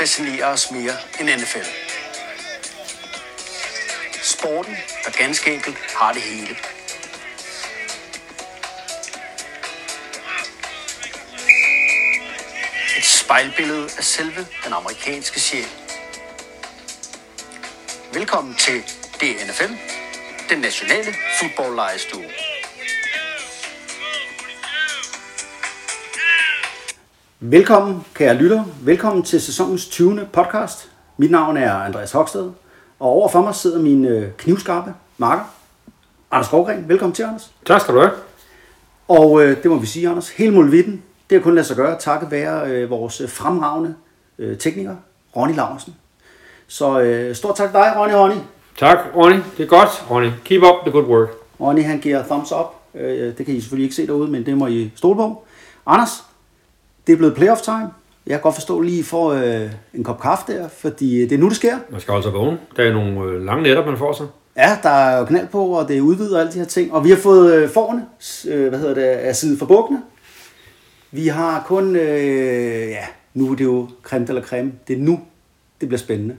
fascinerer os mere end NFL. Sporten, der ganske enkelt har det hele. Et spejlbillede af selve den amerikanske sjæl. Velkommen til DNFL, den nationale fodboldlejestue. Velkommen, kære lytter. Velkommen til sæsonens 20. podcast. Mit navn er Andreas Hoksted, og overfor mig sidder min knivskarpe makker, Anders Skovgren. Velkommen til, Anders. Tak skal du have. Og det må vi sige, Anders, hele muligheden, det har kun lade sig gøre takket være vores fremragende tekniker, Ronny Laursen. Så stort tak til dig, Ronny. Tak, Ronny. Det er godt, Ronny. Keep up the good work. Ronny, han giver thumbs up. Det kan I selvfølgelig ikke se derude, men det må I stole på. Anders, det er blevet playoff time. Jeg kan godt forstå lige for en kop kaffe der, fordi det er nu, det sker. Man skal holde sig vågen. Der er nogle lange nætter, man får sig. Ja, der er jo knald på, og det er udvidet og alle de her ting. Og vi har fået forne, af side for bukkene. Vi har kun, nu er det jo creme eller creme. Det er nu, det bliver spændende.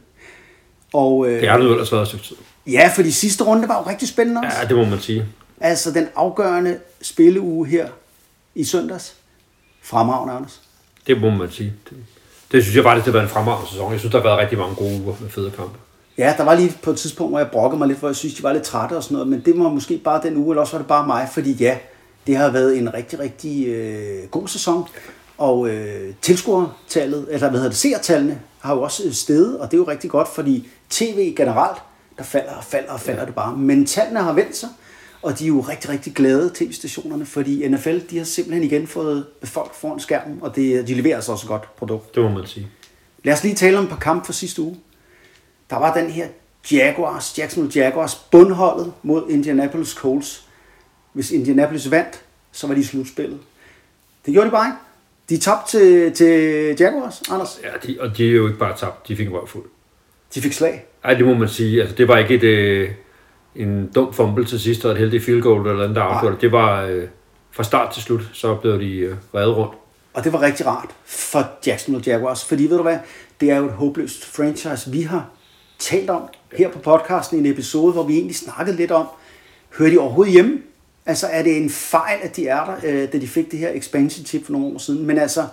Og, det har det jo ellers været et tid. Ja, for de sidste runde var jo rigtig spændende også. Ja, det må man sige. Altså den afgørende spilleuge her i søndags. Fremragende, Anders. Det må man sige. Det synes jeg faktisk, det har været en fremragende sæson. Jeg synes, der har været rigtig mange gode uger med fede kampe. Ja, der var lige på et tidspunkt, hvor jeg brokkede mig lidt, hvor jeg synes, de var lidt trætte og sådan noget. Men det var måske bare den uge, eller også var det bare mig. Fordi ja, det har været en rigtig, rigtig god sæson. Og tilskuertallet, eller seertallene har jo også steget. Og det er jo rigtig godt, fordi tv generelt, der falder det bare. Men tallene har vendt sig. Og de er jo rigtig, rigtig glade, tv-stationerne, fordi NFL, de har simpelthen igen fået folk foran skærmen, og de leverer så også et godt produkt. Det må man sige. Lad os lige tale om et par kampe fra sidste uge. Der var den her Jacksonville Jaguars bundholdet mod Indianapolis Colts. Hvis Indianapolis vandt, så var de i slutspillet. Det gjorde de bare ikke. De tabte til Jaguars, Anders. Ja, og de er jo ikke bare tabt, de fik en røvfuld. De fik slag. Nej, det må man sige. Altså, det var ikke en dum fumble til sidst, og et heldigt field goal eller andet, der afgjorde det. Det var fra start til slut, så blev de reddet rundt. Og det var rigtig rart for Jacksonville Jaguars, fordi ved du hvad, det er jo et håbløst franchise. Vi har talt om her på podcasten i en episode, hvor vi egentlig snakkede lidt om, hører de overhovedet hjemme? Altså er det en fejl, at de er der, da de fik det her expansion tip for nogle år siden? Men altså,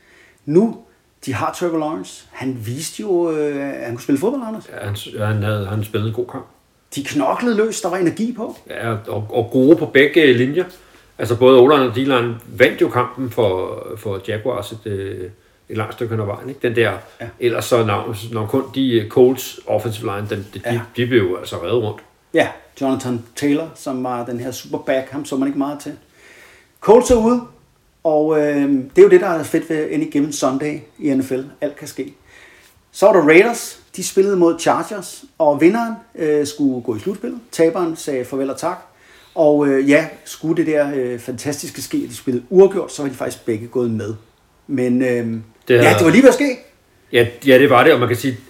nu, de har Trevor Lawrence. Han viste jo, at han kunne spille fodbold, Anders. Ja, han spillede en god kamp. De knoklede løs, der var energi på. Ja, og gode på begge linjer. Altså både O-line og D-line vandt jo kampen for Jaguars et langt stykke hen ad vejen. Ikke? Den der, ja. Ellers så når kun de Colts offensive line, de blev jo altså reddet rundt. Ja, Jonathan Taylor, som var den her superback, ham så man ikke meget til. Colts er ude, og det er jo det, der er fedt ved Any Given Sunday i NFL. Alt kan ske. Så var der Raiders, de spillede mod Chargers, og vinderen skulle gå i slutspillet. Taberen sagde farvel og tak. Og skulle det der fantastiske ske, at de spillede uafgjort, så var de faktisk begge gået med. Men det var lige ved at ske. Ja, det var det, og man kan sige,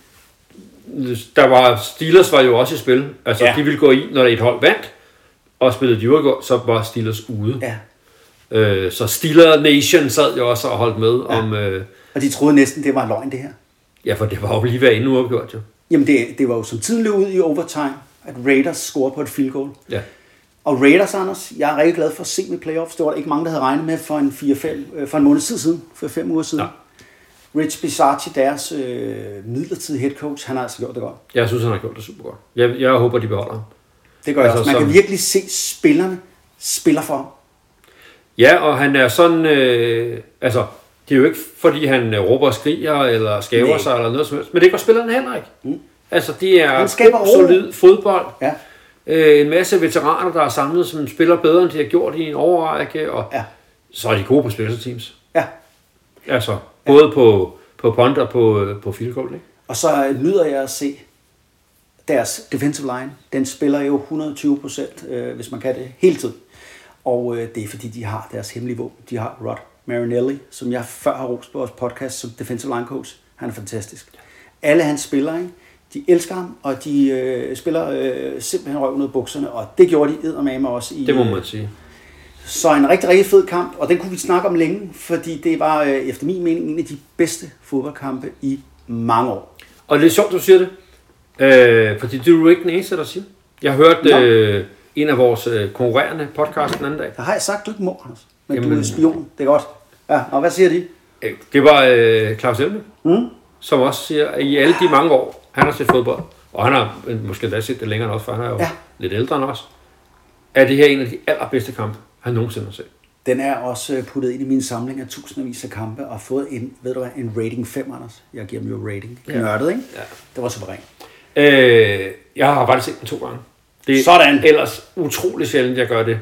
Steelers var jo også i spil. Altså, de ville gå i, når et hold vandt, og spillede de uafgjort, så var Steelers ude. Ja. Så Steelers Nation sad jo også og holdt med om... Og de troede næsten, det var en løgn, det her. Ja, for det var jo lige ved inden uafgjort, jo. Jamen, det var jo som tiden løb ud i overtime, at Raiders scorede på et field goal. Ja. Og Raiders, Anders, jeg er rigtig glad for at se med playoffs. Det var der ikke mange, der havde regnet med for en måned siden, for 5 uger siden. Ja. Rich Bisaccia, deres midlertidige head coach, han har altså gjort det godt. Jeg synes, han har gjort det super godt. Jeg håber, de beholder ham. Det gør jeg også. Man kan virkelig se spillerne spiller for ham. Ja, og han er sådan... det er jo ikke, fordi han råber og skriger, eller skæver sig, eller noget som helst. Men det gør spillerne heller ikke. Mm. Altså, det er solid fodbold. Ja. En masse veteraner, der er samlet, som spiller bedre, end de har gjort i en overrække, og så er de gode på special teams. Ja. Altså, både på punt og på field goal, ikke? Og så nyder jeg at se deres defensive line. Den spiller jo 120%, hvis man kan det, hele tiden. Og det er fordi, de har deres hemmelige våben. De har Rod Marinelli, som jeg før har rost på vores podcast som defensive line coach. Han er fantastisk. Alle hans spillere, ikke? De elsker ham, og de spiller simpelthen røven ud af bukserne, og det gjorde de eddermame også i... Det må man sige. Så en rigtig, rigtig fed kamp, og den kunne vi snakke om længe, fordi det var efter min mening en af de bedste fodboldkampe i mange år. Og det er sjovt, du siger det. Fordi det er jo ikke den eneste, der siger. Jeg har hørt en af vores konkurrerende podcast den anden dag. Der har jeg sagt, du ikke må, Anders. Men jamen, du er spion. Det er godt. Ja, og hvad siger de? Det var Claus Elme, som også siger, at i alle de mange år, han har set fodbold, og han har måske da set det længere end os, for han er jo lidt ældre end os, er det her en af de allerbedste kampe, han nogensinde har set. Den er også puttet ind i min samling af tusindvis af kampe, og fået en rating 5, Anders. Jeg giver dem jo rating. Nørdet, ikke? Ja. Det var suveræn. Jeg har faktisk set den 2 gange. Det er sådan. Ellers utrolig sjældent, jeg gør det.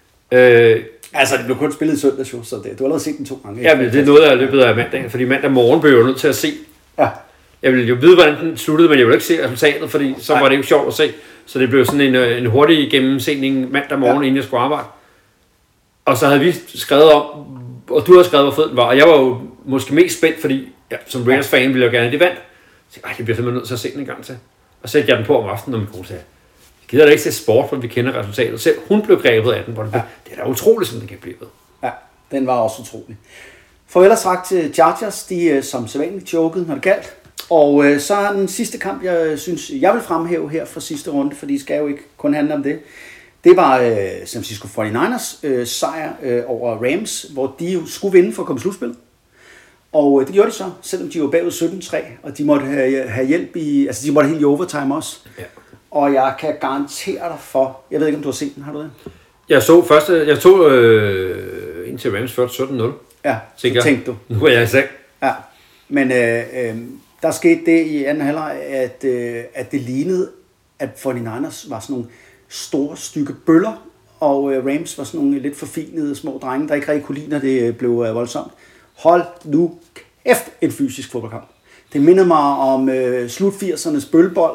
Altså, det blev kun spillet i søndags jo, så du har allerede set den 2 gange. Ja, men det er noget, jeg løbet af mandagen, fordi mandag morgen blev jeg nødt til at se. Ja. Jeg ville jo vide, hvordan den sluttede, men jeg ville ikke se resultatet, fordi så var det jo sjovt at se. Så det blev sådan en hurtig gennemsending mandag morgen, inden jeg skulle arbejde. Og så havde vi skrevet om, og du havde skrevet, hvor fed den var, og jeg var jo måske mest spændt, fordi som Raiders-fan ville jeg gerne have det vandt. Så jeg bliver simpelthen nødt til at se den en gang til. Og så satte jeg den på om aftenen, og min kone sagde, jeg gider da ikke se sport, hvor vi kender resultatet. Selv hun blev grebet af den, hvor det er da utroligt, som den kan blive ved. Ja, den var også utrolig. Farvel og sagt til Chargers, de som sædvanligt chokede, når det galt. Og så er den sidste kamp, jeg synes, jeg vil fremhæve her fra sidste runde, for de skal jo ikke kun handle om det. Det var San Francisco 49ers sejr over Rams, hvor de jo skulle vinde for at komme i slutspillet. Og det gjorde de så, selvom de var bagud 17-3, og de måtte have hjælp de måtte helt i overtime også. Ja. Og jeg kan garantere dig for, jeg ved ikke om du har set den, har du det? Jeg tog ind til Rams først 17-0. Ja, så tænkte du. Nu er jeg i seng. Ja, men der skete det i anden halvleg, at det lignede, at 49ers var sådan nogle store stykke bøller, og Rams var sådan nogle lidt forfinede små drenge, der ikke rigtig kunne lide, når det blev voldsomt. Hold nu kæft en fysisk fodboldkamp. Det minder mig om slut 80'ernes bølbold,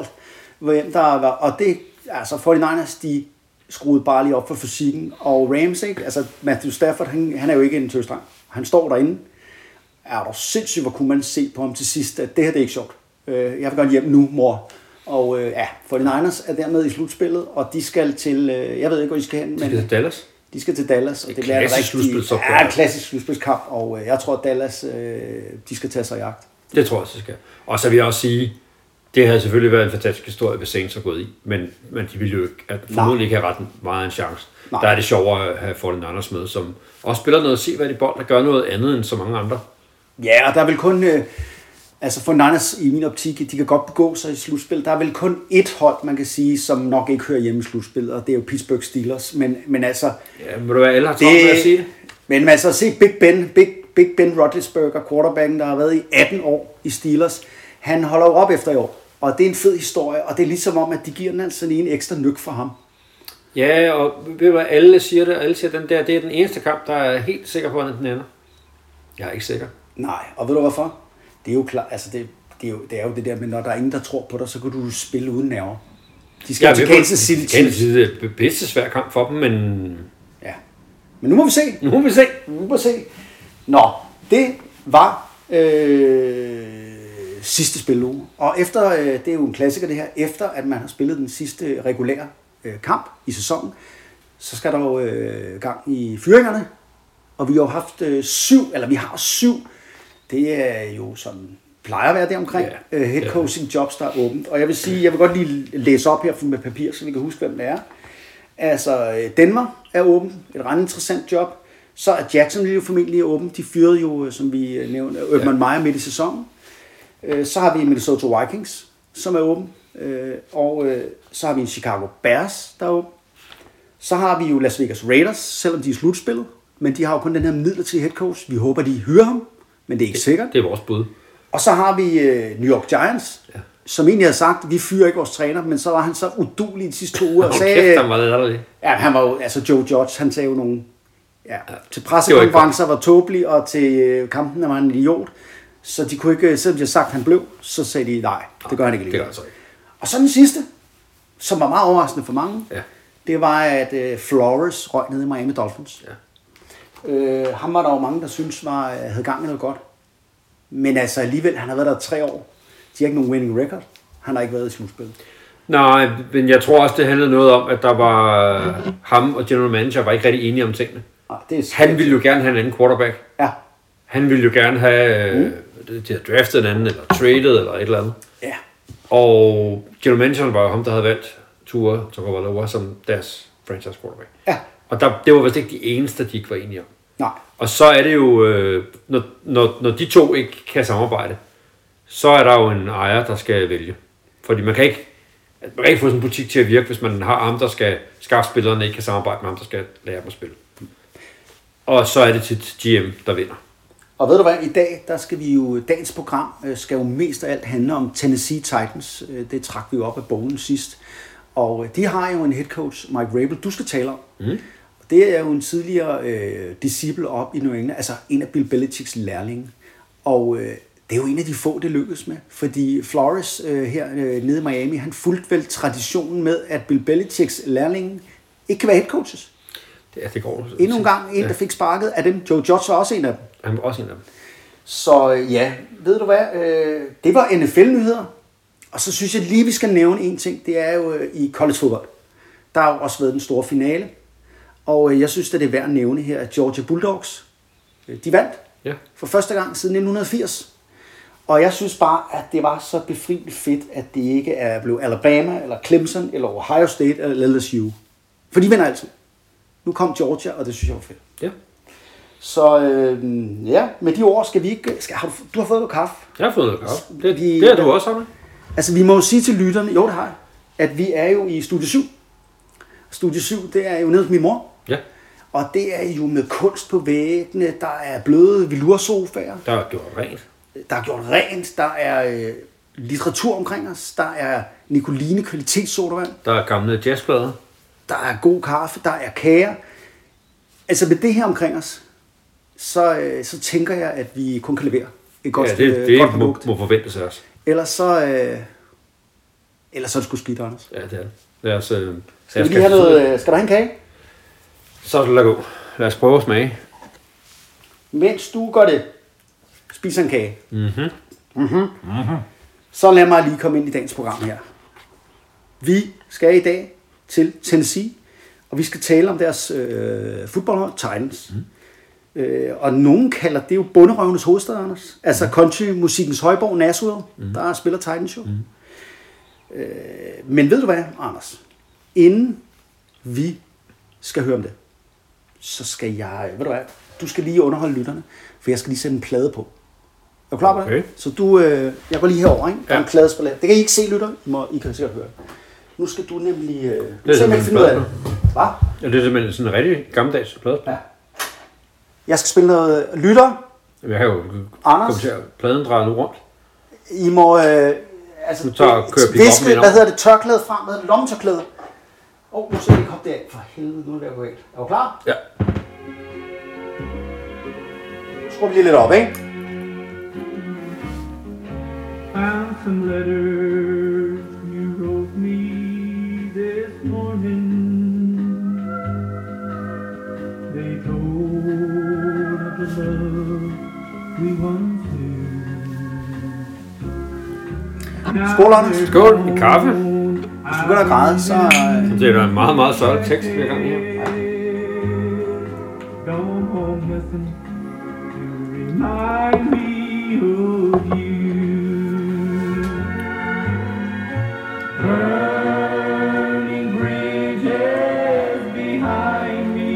og det, altså 49ers, de skruede bare lige op for fysikken, og Rams, ikke? Altså Matthew Stafford, han er jo ikke en tøsdreng. Han står derinde. Er der sindssygt, hvor kunne man se på ham til sidst, at det her det er ikke sjovt. Jeg vil godt hjem nu, mor. Og 49ers er dermed i slutspillet, og de skal til, jeg ved ikke, hvor de skal hen. Men de skal til Dallas. De skal til Dallas, og det bliver en klassisk slutspilskamp, og jeg tror, at Dallas, de skal tage sig i jagt. Det tror jeg, de skal. Og så vil jeg også sige, det havde selvfølgelig været en fantastisk historie, hvis Saints har gået i, men de ville jo formodentlig ikke have ret meget en chance. Nej. Der er det sjovere at have 49ers med, som også spiller noget se, hvad de bold, der gør noget andet end så mange andre. Ja, og der er vel kun, altså 49ers i min optik, de kan godt begå sig i slutspil. Der er vel kun et hold, man kan sige, som nok ikke hører hjemme i slutspillet, og det er jo Pittsburgh Steelers. Men altså... Ja, må du være alle har travlt med at sige det? Men altså, se Big Ben Roethlisberger, quarterbacken, der har været i 18 år i Steelers, han holder jo op efter i år. Og det er en fed historie, og det er ligesom om, at de giver den altså en ekstra nyk for ham. Ja, og ved du hvad, alle siger det, alle siger den der, det er den eneste kamp, der er helt sikker på, at den ender. Jeg er ikke sikker. Nej, og ved du hvorfor? Det er jo klart, altså det er jo det der, men når der er ingen, der tror på dig, så kan du spille uden nerver. De skal til Kansas City. Det er det bedste svær kamp for dem, men... Ja, men nu må vi se. Nå, det var sidste spiluge. Og efter, det er jo en klassiker det her, efter at man har spillet den sidste regulære kamp i sæsonen, så skal der jo gang i fyringerne. Og vi har jo haft 7. Det er jo sådan, plejer at være der omkring. Head coaching jobs, der er åbent. Og jeg vil sige, jeg vil godt lige læse op her med papir, så vi kan huske, hvem det er. Altså, Denver er åbent. Et ret interessant job. Så er Jacksonville jo formentlig åbent. De fyrede jo, som vi nævnte, Urban Meyer midt i sæsonen. Så har vi Minnesota Vikings, som er åben. Og så har vi en Chicago Bears, der er åben. Så har vi jo Las Vegas Raiders, selvom de er slutspillet. Men de har jo kun den her midlertidige head coach. Vi håber, de hyrer ham, men det er ikke sikkert. Det er vores bud. Og så har vi New York Giants, som egentlig havde sagt, vi fyrer ikke vores træner, men så var han så uduelig de sidste 2 uger. Og sagde, han var jo, altså Joe Judge, han sagde jo nogle, til pressekonferencer var tåbelig, og til kampen var han en idiot. Så de kunne ikke, selvom de havde sagt, at han blev, så sagde de, nej, det gør han ikke lige. Og så den sidste, som var meget overraskende for mange, det var, at Flores røg ned i Miami Dolphins. Ham var der jo mange, der synes havde gang i noget godt. Men altså alligevel, han har været der 3 år. De har ikke nogen winning record. Han har ikke været i slutspillet. Nej, men jeg tror også, det handlede noget om, at der var ham og general manager var ikke rigtig enige om tingene. Han ville jo gerne have en anden quarterback. Ja. Han ville jo gerne have de havde draftet en anden, eller traded, eller et eller andet. Ja. Og General Manager var jo ham, der havde valgt Tua Tagovailoa som deres franchise quarterback. Ja. Og det var vist ikke de eneste, de ikke var enige om. Nej. Og så er det jo, når de to ikke kan samarbejde, så er der jo en ejer, der skal vælge. Fordi man kan ikke få sådan en butik til at virke, hvis man har ham, der skal skaffe spillerne, ikke kan samarbejde med ham, der skal lære dem at spille. Og så er det til GM, der vinder. Og ved du hvad, i dag, der skal vi jo, dagens program skal jo mest af alt handle om Tennessee Titans. Det trak vi jo op af bogen sidst. Og de har jo en head coach, Mike Vrabel, du skal tale om. Mm. Det er jo en tidligere disciple op i New England, altså en af Bill Belichicks lærlinge. Og det er jo en af de få, det lykkedes med. Fordi Flores her nede i Miami, han fulgte vel traditionen med, at Bill Belichicks lærlinge ikke kan være head coaches. Det går. Endnu en gang, der fik sparket af dem. Joe Judge var også en af dem. Han var også en af dem. Så ja, ved du hvad, det var NFL-nyheder. Og så synes jeg lige, vi skal nævne en ting. Det er jo i college fodbold. Der har jo også været den store finale. Og jeg synes, at det er værd at nævne her, at Georgia Bulldogs, de vandt for første gang siden 1980. Og jeg synes bare, at det var så befriende fedt, at det ikke er blevet Alabama, eller Clemson, eller Ohio State, eller LSU. For de vinder altid. Nu kom Georgia, og det synes jeg var fedt. Ja. Så ja, med de ord skal vi ikke... Du har fået noget kaffe. Jeg har fået noget kaffe. Det har du også, har du? Altså, vi må jo sige til lytterne, jo det har jeg, at vi er jo i Studie 7. Studie 7, det er jo nede hos min mor. Ja. Og det er jo med kunst på væggene, der er bløde velursofaer. Der er gjort rent. Der er gjort rent, der er litteratur omkring os, der er Nicoline kvalitetssodavand. Der er gamle jazzplader. Der er god kaffe, der er kager. Altså med det her omkring os, så tænker jeg, at vi kun kan levere et godt produkt. Må forventes af os. Ellers så er det sgu skidt, Anders. Ja, det er det. Skal du have en kage? Så lad os prøve at smage. Mens du gør det, spiser en kage. Mhm. Så lad mig lige komme ind i dagens program her. Vi skal i dag til Tennessee, og vi skal tale om deres fodboldhold, Titans. Og nogen kalder det jo bunderøvenes hovedstad, Anders. Altså country-musikkens højborg, Nashville, der spiller Titans jo. Men ved du hvad, Anders? Inden vi skal høre om det, så skal jeg, ved du hvad, du skal lige underholde lytterne, for jeg skal lige sætte en plade på. Er du klar på det? Så du, jeg går lige herover, ikke? Der er en pladespiller. Det kan I ikke se, lytter. I kan sikkert høre. Nu skal du nemlig... det er simpelthen finde ud af det. Hvad? Ja, det er simpelthen sådan en rigtig gammeldags plade. Ja. Jeg skal spille noget lytter. Jeg har jo kommenteret pladen drejer nu rundt. I må... du tager viske, hvad hedder det, tørklæde frem med lommetørklæde. Nu skal vi ikke hoppe deraf. For helvede, nu er det gået. Er du klar? Ja. Skruer vi lige lidt op, ikke? Found some letters you wrote me this morning. They told of the love we once knew. Skål, Anders. Skål. En kaffe. Hvis du begynder at græde, så... Det er da en meget, meget større tekst, vi har gang i her. Don't hold nothing to remind me of you. Burning bridges behind me.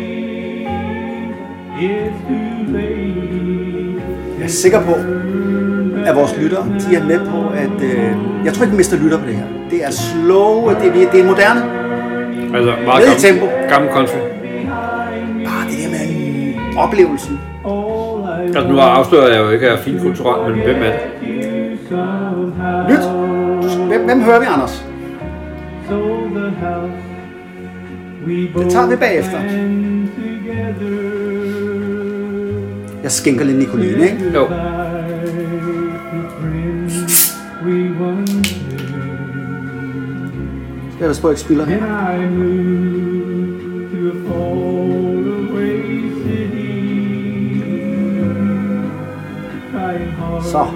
It's too late. Jeg er sikker på, at vores lyttere, de er med på, at... jeg tror ikke, vi mister lytter på det her. Det er slow, det er moderne. Altså meget gammel country. Bare det der med oplevelsen. Altså nu afslører jeg jo ikke, at jeg er finkulturel, men hvem er det? Lyt! Hvem hører vi, Anders? Det tager vi bagefter. Jeg skænker lidt Nicoline, ikke? Jo. Jeg vil spørge, ikke spiller her. Så.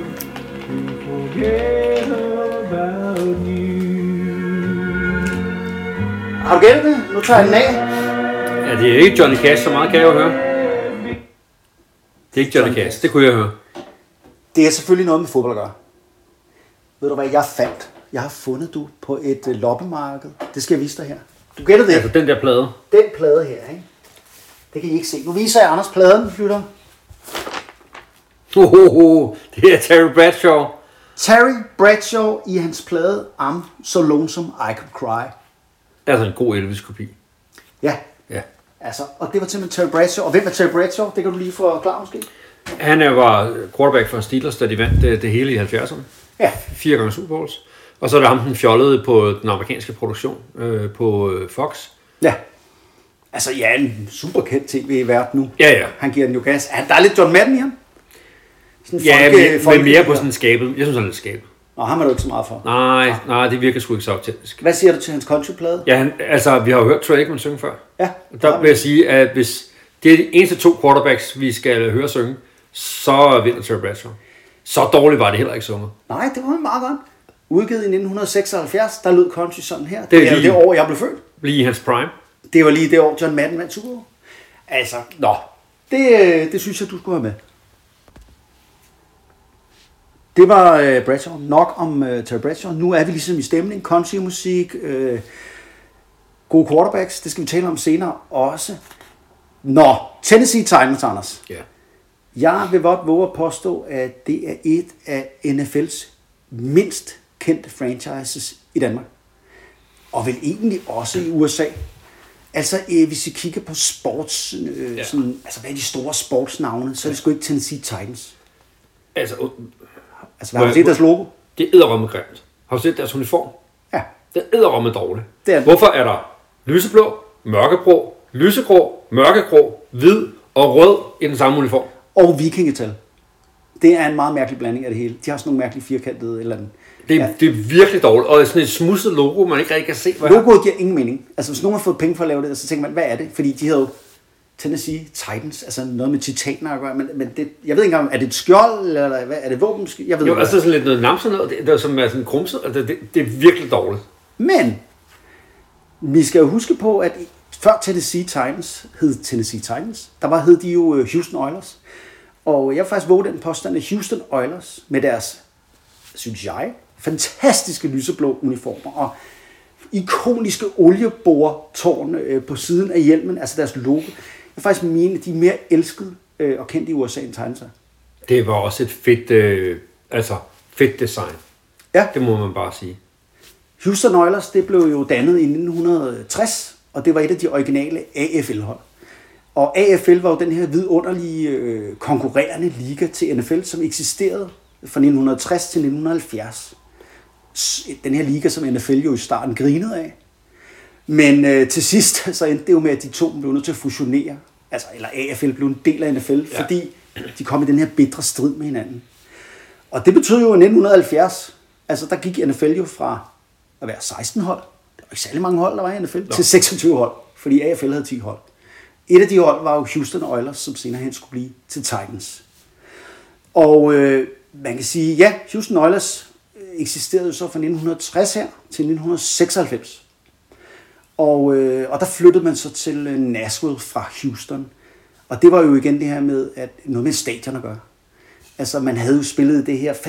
Har du gættet det? Nu tager jeg den af. Ja, det er ikke Johnny Cash, så meget kan jeg jo høre. Det er ikke Johnny Cash, det kunne jeg høre. Det er selvfølgelig noget med fodbold at gøre. Ved du hvad, jeg fandt? Jeg har fundet du på et loppemarked. Det skal jeg vise dig her. Du gætter det? Altså den der plade. Den plade her, ikke? Det kan I ikke se. Nu viser jeg Anders pladen, lytter. Det er Terry Bradshaw. Terry Bradshaw i hans plade I'm So Lonesome I Could Cry. Altså en god Elvis-kopi. Ja. Ja. Altså, og det var simpelthen Terry Bradshaw. Og hvem er Terry Bradshaw? Det kan du lige forklare måske. Han var quarterback for Steelers, da de vandt det hele i 70'erne. Ja. 4 gange Super Bowls. Og så er der ham, den fjollede på den amerikanske produktion på Fox. Ja. Altså, ja, en super kendt tv-vært nu. Ja. Han giver den jo gas. Der er lidt John Madden i ham. Ja, men mere på sådan skabet. Jeg synes, han er lidt skabet. Og ham er du ikke så meget for. Nej, det virker sgu ikke så autentisk. Hvad siger du til hans countryplade? Ja, vi har jo hørt Troy Aikman synge før. Ja. Der vil jeg sige, at hvis det er de eneste 2 quarterbacks, vi skal høre synge, så vinder Terry Bradshaw. Så dårligt var det heller ikke sunget. Nej, det var meget godt. Udgivet i 1976, der lød country sådan her. Det er lige det år, jeg blev født. Lige i hans prime. Det var lige det år, John Madden vandt Super Bowl. Altså, det synes jeg, du skulle have med. Det var Bradshaw. Nok om Terry Bradshaw. Nu er vi ligesom i stemning. Countrymusik, gode quarterbacks, det skal vi tale om senere også. Tennessee Titans, Anders. Ja. Jeg vil godt våge at påstå, at det er et af NFL's mindst kendte franchises i Danmark. Og vel egentlig også i USA. Altså, hvis I kigger på sports, sådan, altså hvad er de store sportsnavne, så er det sgu ikke Tennessee Titans. Altså, hvad har du set deres logo? Det er edderromme grimt. Har du set deres uniform? Ja. Det er edderromme dårligt. Det. Hvorfor er der lyseblå, mørkeblå, lysegrå, mørkegrå, hvid og rød i den samme uniform? Og vikingetal. Det er en meget mærkelig blanding af det hele. De har sådan nogle mærkelige firkantede eller andet. Det er virkelig dårligt. Og sådan et smudset logo, man ikke rigtig kan se. Logoet giver ingen mening. Altså, hvis nogen har fået penge for at lave det, så tænker man, hvad er det? Fordi de havde jo Tennessee Titans, altså noget med titaner at gøre, men det, jeg ved ikke engang, er det et skjold, eller hvad, er det våben? Jeg ved jo, ikke, altså sådan lidt noget namser noget, det er som er sådan krumset, altså det er virkelig dårligt. Men, vi skal jo huske på, at før Tennessee Titans hed Tennessee Titans, hed de jo Houston Oilers. Og jeg vil faktisk våge den påstand, at Houston Oilers med deres, synes jeg, fantastiske lyseblå uniformer og ikoniske oliebortårn på siden af hjelmen, altså deres logo. Jeg faktisk mener, at de er mere elskede og kendt i USA end Titans. Det var også et fedt design. Ja. Det må man bare sige. Houston Oilers, det blev jo dannet i 1960, og det var et af de originale AFL-hold. Og AFL var jo den her vidunderlige konkurrerende liga til NFL, som eksisterede fra 1960 til 1970. Den her liga, som NFL jo i starten grinede af. Men til sidst så endte det jo med, at de to blev nødt til at fusionere. Altså, eller AFL blev en del af NFL, fordi de kom i den her bitre strid med hinanden. Og det betød jo i 1970, altså der gik NFL jo fra at være 16 hold, der var ikke særlig mange hold, der var i NFL, til 26 hold, fordi AFL havde 10 hold. Et af de hold var jo Houston Oilers, som senere hen skulle blive til Titans. Og man kan sige, ja, Houston Oilers eksisterede jo så fra 1960 her til 1996. Og der flyttede man så til Nashville fra Houston. Og det var jo igen det her med, at noget med stadion at gøre. Altså man havde jo spillet det her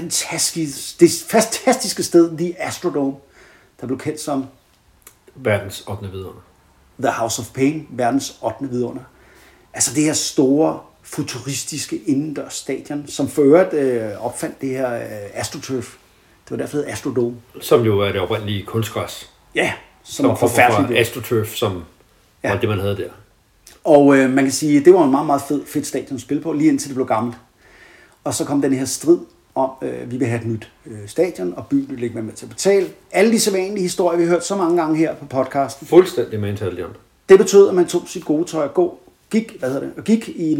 fantastiske sted, The Astrodome, der blev kendt som verdens 8. vidunder. The House of Pain, verdens 8. vidunder. Altså det her store, futuristiske indendørs stadion, som for øvrigt opfandt det her AstroTurf. Det var derfor det Astrodome. Som jo er det oprindelige kunstgræs. Ja, som var forfærdeligt. AstroTurf, som var det, man havde der. Og man kan sige, det var en meget, meget fedt stadion at spille på, lige indtil det blev gammelt. Og så kom den her strid om, vi vil have et nyt stadion, og byen vil ikke med til at betale. Alle de sædvanlige historier, vi har hørt så mange gange her på podcasten. Fuldstændig med en andre. Det betød, at man tog sit gode tøj og gik i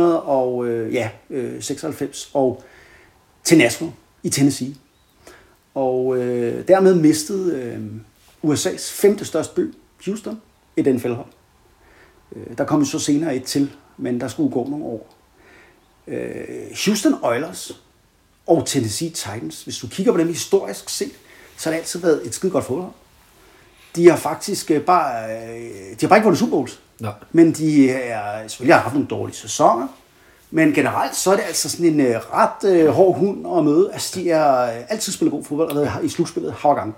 1996 og til Nashville i Tennessee. Og dermed mistede USA's 5. største by, Houston, et NFL-hold. Der kom jo så senere et til, men der skulle gå nogle år. Houston Oilers og Tennessee Titans, hvis du kigger på dem historisk set, så har det altid været et skide godt fodbold. De har faktisk bare ikke vundet Super Bowls. Nej. Men de har selvfølgelig haft nogle dårlige sæsoner. Men generelt, så er det altså sådan en ret hård hund at møde. Altså, de er altid spillet god fodbold, og i slutspillet har gang.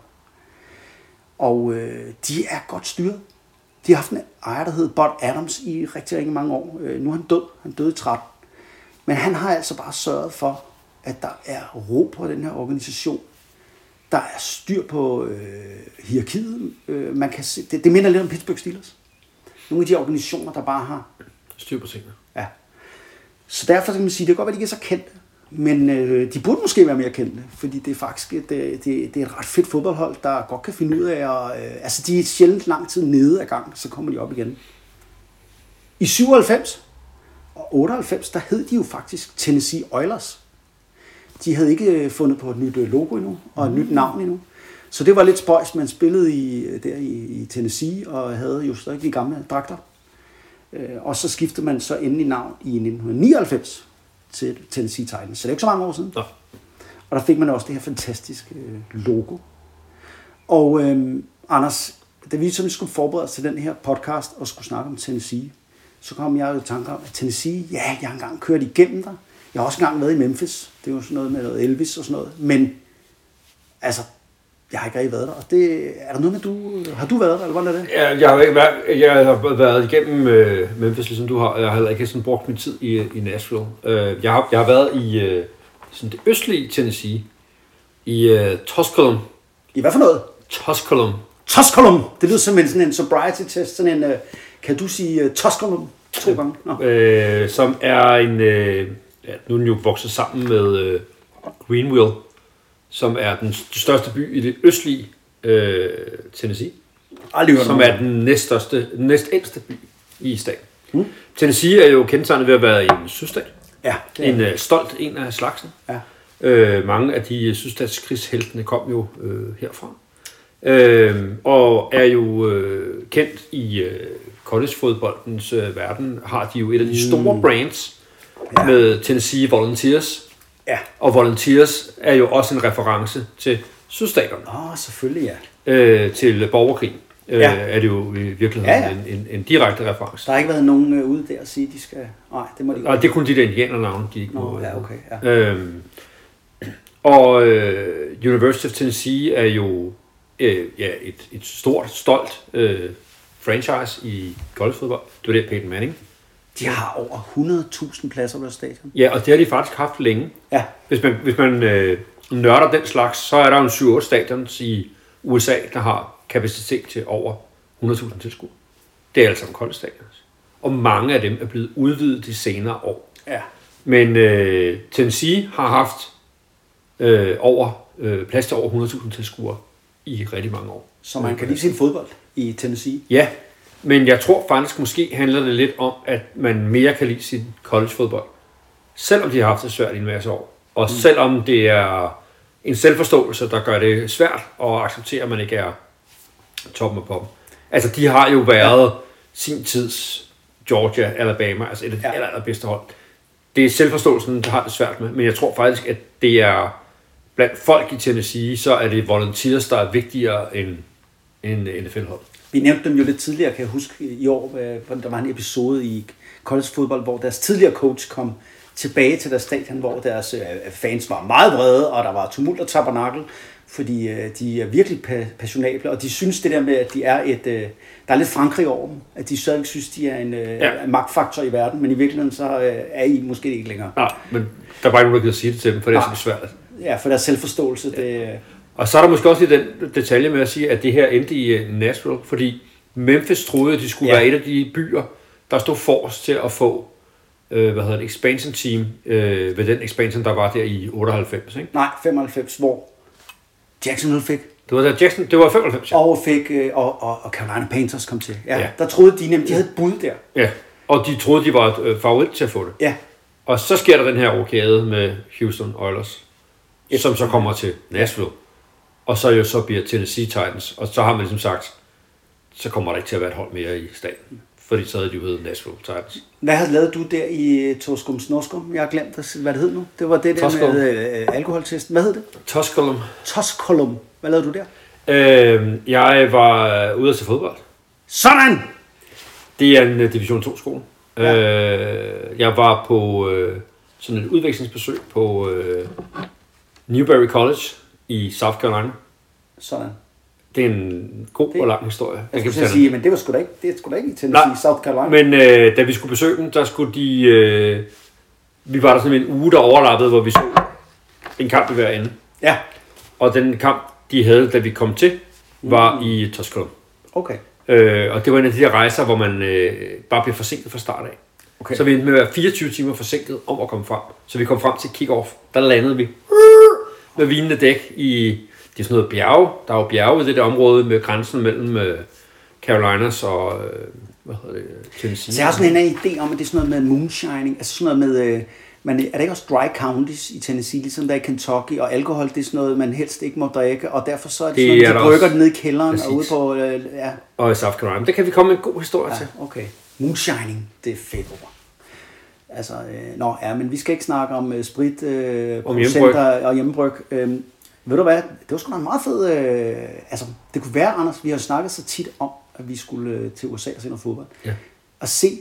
Og de er godt styret. De har haft en ejer, der hedder Bud Adams i rigtig mange år. Nu er han død. Han døde i 13. Men han har altså bare sørget for, at der er ro på den her organisation. Der er styr på hierarkiet. Man kan se, det minder lidt om Pittsburgh Steelers. Nogle af de organisationer, der bare har styr på tingene. Ja. Så derfor kan man sige, det kan godt være, de ikke er så kendte. Men de burde måske være mere kendte, fordi det er faktisk det er et ret fedt fodboldhold, der godt kan finde ud af altså de er sjældent lang tid nede ad gang, så kommer de op igen. I 97 og 98, der hed de jo faktisk Tennessee Oilers. De havde ikke fundet på et nyt logo endnu, og et nyt navn endnu. Så det var lidt spøjs, man spillede i Tennessee, og havde jo stadig de gamle dragter. Og så skiftede man så endelig navn i 1999 til Tennessee Titans. Så det er ikke så mange år siden. Ja. Og der fik man også det her fantastiske logo. Og Anders, da vi så skulle forberede os til den her podcast og skulle snakke om Tennessee, så kom jeg jo i tanke om, at Tennessee, ja, jeg har engang kørt igennem der. Jeg har også engang været i Memphis. Det er jo sådan noget med noget Elvis og sådan noget. Men altså, jeg har ikke rigtig været der. Og det, er der noget med, har du været der, eller hvordan er det? Ja, jeg har været igennem Memphis, ligesom du har. Jeg har heller ikke sådan brugt min tid i Nashville. Jeg har været i sådan det østlige Tennessee, i Tusculum. I hvad for noget? Tusculum. Tusculum! Det lyder som sådan en sobriety test. Sådan en, kan du sige Tusculum 2 gange? Som er en... nu er den jo vokset sammen med Greenville, som er den største by i det østlige Tennessee, som er den næstældste by i staten. Tennessee er jo kendetegnet ved at være en sydstat. Ja, en stolt en af slagsen. Ja. Mange af de sydstatskrigsheltene kom jo herfra. Og er jo kendt i collegefodboldens verden, har de jo et af de store brands med Tennessee Volunteers. Ja. Og Volunteers er jo også en reference til sydstaterne. Selvfølgelig, ja. Til borgerkrig er det jo i virkeligheden en direkte reference. Der har ikke været nogen ude der at sige, at de skal... Nej, det må de ikke. Nej, det er kun de der indianernavne, de ikke må... Ja, okay. Ja. Og University of Tennessee er jo et stort, stolt franchise i collegefodbold. Det var det Peyton Manning. De har over 100.000 pladser på stadion. Ja, og det har de faktisk haft længe. Ja. Hvis man nørder den slags, så er der jo 7-8 stadions i USA, der har kapacitet til over 100.000 tilskuere. Det er altså en college stadions. Og mange af dem er blevet udvidet de senere år. Ja. Men Tennessee har haft plads til over 100.000 tilskuere i rigtig mange år. Så man kan lige se fodbold i Tennessee? Ja, men jeg tror faktisk måske handler det lidt om, at man mere kan lide sin collegefodbold. Selvom de har haft det svært i en masse år. Og selvom det er en selvforståelse, der gør det svært at acceptere, at man ikke er toppen af poppen. Altså, de har jo været sin tids Georgia, Alabama, altså et af de allerbedste hold. Det er selvforståelsen, der har det svært med. Men jeg tror faktisk, at det er blandt folk i Tennessee, så er det Volunteers, der er vigtigere end NFL-hold. Vi nævnte dem jo lidt tidligere, kan jeg huske i år, der var en episode i college-fodbold, hvor deres tidligere coach kom tilbage til deres stadion, hvor deres fans var meget vrede, og der var tumult og tabernakel, fordi de er virkelig passionable, og de synes det der med, at de er der er lidt Frankrig over dem, at de stadig synes, de er en magtfaktor i verden, men i virkeligheden så er I måske ikke længere. Nej, men der er bare ikke nogen, der kan sige det til dem, for det er så besværligt. Ja, for deres selvforståelse. Ja. Det... Og så er der måske også den detalje med at sige, at det her endte i Nashville, fordi Memphis troede, at de skulle være et af de byer, der stod forrest til at få expansion team ved den expansion, der var der i 98, ikke? Nej, 95, hvor Jacksonville fik. Det var 95, ja. Og fik, og Carolina Panthers kom til. Ja. Der troede de nemlig, de havde et bud der. Ja, og de troede, de var et favorit til at få det. Ja. Og så sker der den her rokade med Houston Oilers, som så kommer til Nashville. Og så bliver Tennessee Titans, og så har man ligesom sagt, så kommer der ikke til at være et hold mere i staten. Fordi så havde de jo heddet Nashville Titans. Hvad har lavet du der i Tusculum Snoskum? Jeg har glemt, hvad det hed nu. Det var det der Tusculum. Med alkoholtesten. Hvad hed det? Tusculum. Tusculum. Hvad lavede du der? Jeg var ude at se fodbold. Sådan! Det er en Division 2-skole. Jeg var på sådan et udvekslingsbesøg på Newberry College i South Carolina. Sådan. Det er en god og lang historie. Jeg skulle sige, men det var sgu da ikke i Tennessee, South Carolina. Men da vi skulle besøge dem, der skulle de... vi var der sådan en uge, der overlappede, hvor vi så en kamp i hver ende. Ja. Og den kamp, de havde, da vi kom til, var i Tusculum. Okay. Og det var en af de der rejser, hvor man bare bliver forsinket fra start af. Okay. Så vi endte med at være 24 timer forsinket om at komme frem. Så vi kom frem til kick-off. Der landede vi med vinende dæk i... Det er sådan noget bjerge. Der er jo bjerge i det der område med grænsen mellem Carolinas og Tennessee. Så jeg har sådan en idé om, at det er sådan noget med moonshining. Altså sådan noget med... er det ikke også dry counties i Tennessee, ligesom der i Kentucky? Og alkohol, det er sådan noget, man helst ikke må drikke. Og derfor så er det sådan noget, de brygger det ned i kælderen. Præcis. Og ude på... Og i South Carolina. Det kan vi komme med en god historie til. Okay. Moonshining, det er fedt ord. Altså, men vi skal ikke snakke om sprit, producenter og hjemmebryg. Ved du hvad, det var sgu da en meget fed... det kunne være, Anders, vi har snakket så tit om, at vi skulle til USA og se noget fodbold. Ja. Og se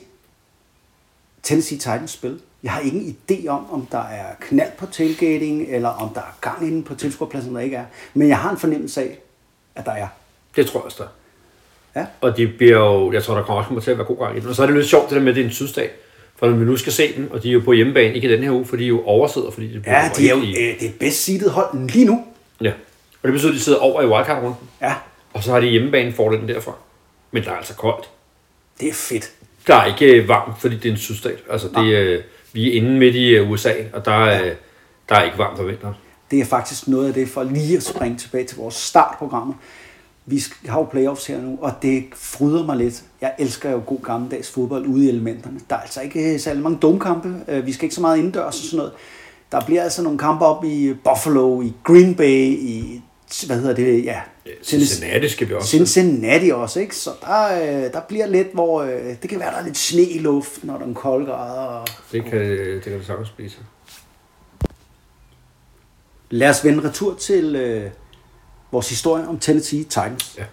Tennessee Titans spil. Jeg har ingen idé om der er knald på tailgating, eller om der er gang inde på tilskuerpladsen, der ikke er. Men jeg har en fornemmelse af, at der er. Det tror jeg også, der. Ja. Og de bliver jo... Jeg tror, der kommer til at være god gang i den. Og så er det lidt sjovt, det der med, at det er en sydstat. For når vi nu skal se dem, og de er jo på hjemmebane, ikke i den her uge, for de er jo oversidder, fordi det bliver de er jo det bedst seedet hold lige nu. Ja, og det betyder, at de sidder over i wildcard-runden. Ja. Og så har de hjemmebane fordelen derfra. Men der er altså koldt. Det er fedt. Der er ikke varmt, fordi det er en sydstat. Altså, vi er inde midt i USA, og der er ikke varmt om vinteren. Det er faktisk noget af det, for lige at springe tilbage til vores startprogrammer. Vi har jo playoffs her nu, og det fryder mig lidt. Jeg elsker jo god gammeldags fodbold ude i elementerne. Der er altså ikke særlig mange domkampe. Vi skal ikke så meget indendørs og sådan noget. Der bliver altså nogle kampe op i Buffalo, i Green Bay, i Cincinnati skal vi også. Cincinnati også, ikke? Så der bliver lidt, hvor det kan være, der er lidt sne i luften, når der er kolde grader. Det kan du sagtens blive så. Lad os vende retur til vores historie om Tennessee Titans. Ja.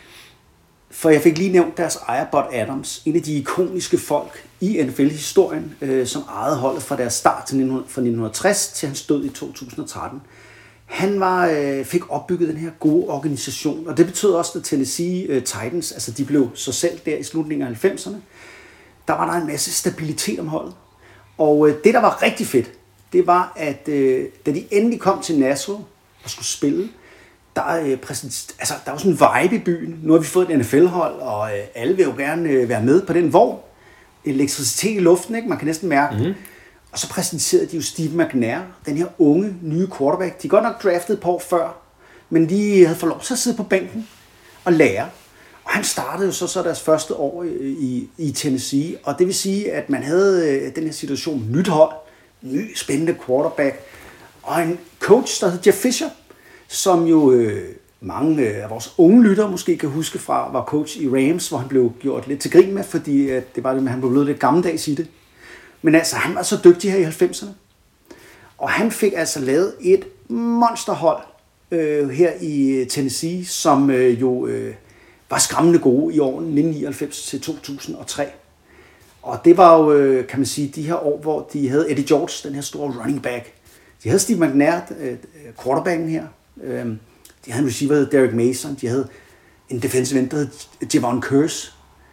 For jeg fik lige nævnt deres ejer, Bud Adams, en af de ikoniske folk i NFL-historien, som ejede holdet fra deres start fra 1960 til hans død i 2013. Han fik opbygget den her gode organisation, og det betød også, at Tennessee Titans, altså de blev så selv der i slutningen af 90'erne, der var der en masse stabilitet om holdet. Og det, der var rigtig fedt, det var, at da de endelig kom til Nashville og skulle spille, der var sådan en vibe i byen. Nu har vi fået et NFL-hold, og alle vil jo gerne være med på den vogn. Elektricitet i luften, ikke? Man kan næsten mærke det. Og så præsenterede de jo Steve McNair, den her unge, nye quarterback. De er godt nok draftet på før, men de havde fået lov til at sidde på bænken og lære. Og han startede jo så deres første år i Tennessee, og det vil sige, at man havde den her situation, nyt hold, ny spændende quarterback, og en coach, der hed Jeff Fisher, som jo mange af vores unge lyttere måske kan huske fra, var coach i Rams, hvor han blev gjort lidt til grin med, fordi det var det med, at han blev blevet lidt gammeldags i det. Men altså, han var så dygtig her i 90'erne. Og han fik altså lavet et monsterhold her i Tennessee, som var skræmmende gode i årene 1999 til 2003. Og det var jo, kan man sige, de her år, hvor de havde Eddie George, den her store running back. De havde Steve McNair, quarterbacken her. De havde en receiver, der hed Derek Mason. De havde en defensive end, der hed Javon Curse.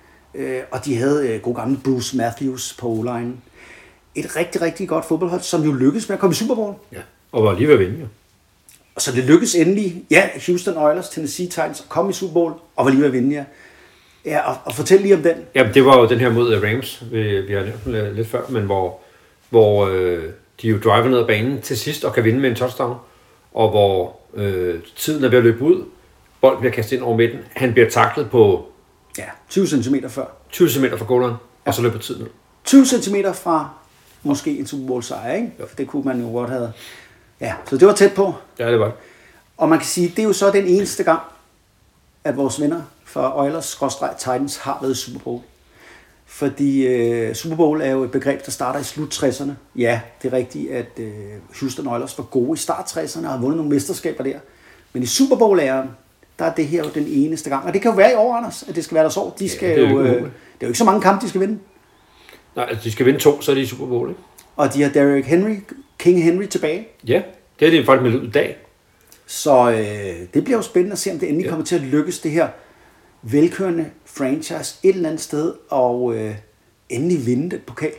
Og de havde god gamle Bruce Matthews på O-line. Et rigtig, rigtig godt fodboldhold, som jo lykkedes med at komme i Super Bowl. Ja, og var lige ved at vinde, jo. Og så det lykkedes endelig, Houston Oilers, Tennessee Titans, at komme i Super Bowl, og var lige ved at vinde, Ja, og fortæl lige om den. Jamen, det var jo den her mod Rams, vi har nævnt lidt før, men hvor de jo driver ned ad banen til sidst og kan vinde med en touchdown, og hvor tiden er ved at løbe ud, bolden bliver kastet ind over midten, han bliver taklet på 20 cm før. 20 cm fra goaleren, og så løber tiden ud. 20 cm fra måske en Super Bowl sejr, ikke? Jo. Det kunne man jo godt have. Ja, så det var tæt på. Ja, det var. Og man kan sige, det er jo så den eneste gang, at vores venner fra Oilers/Titans har været i Super Bowl. Fordi Super Bowl er jo et begreb, der starter i slut 60'erne. Ja, det er rigtigt, at Houston Oilers var gode i start 60'erne og har vundet nogle mesterskaber der. Men i Super Bowl-æren, der er det her jo den eneste gang. Og det kan jo være i år, Anders, at det skal være deres år. Det er jo ikke så mange kampe, de skal vinde. Nej, altså de skal vinde 2, så er de i Super Bowl, ikke? Og de har Derrick Henry, King Henry tilbage. Ja, det er det faktisk meldt ud i dag. Så det bliver jo spændende at se, om det endelig kommer til at lykkes, det her velkørende franchise et eller andet sted, og endelig vinde den pokal.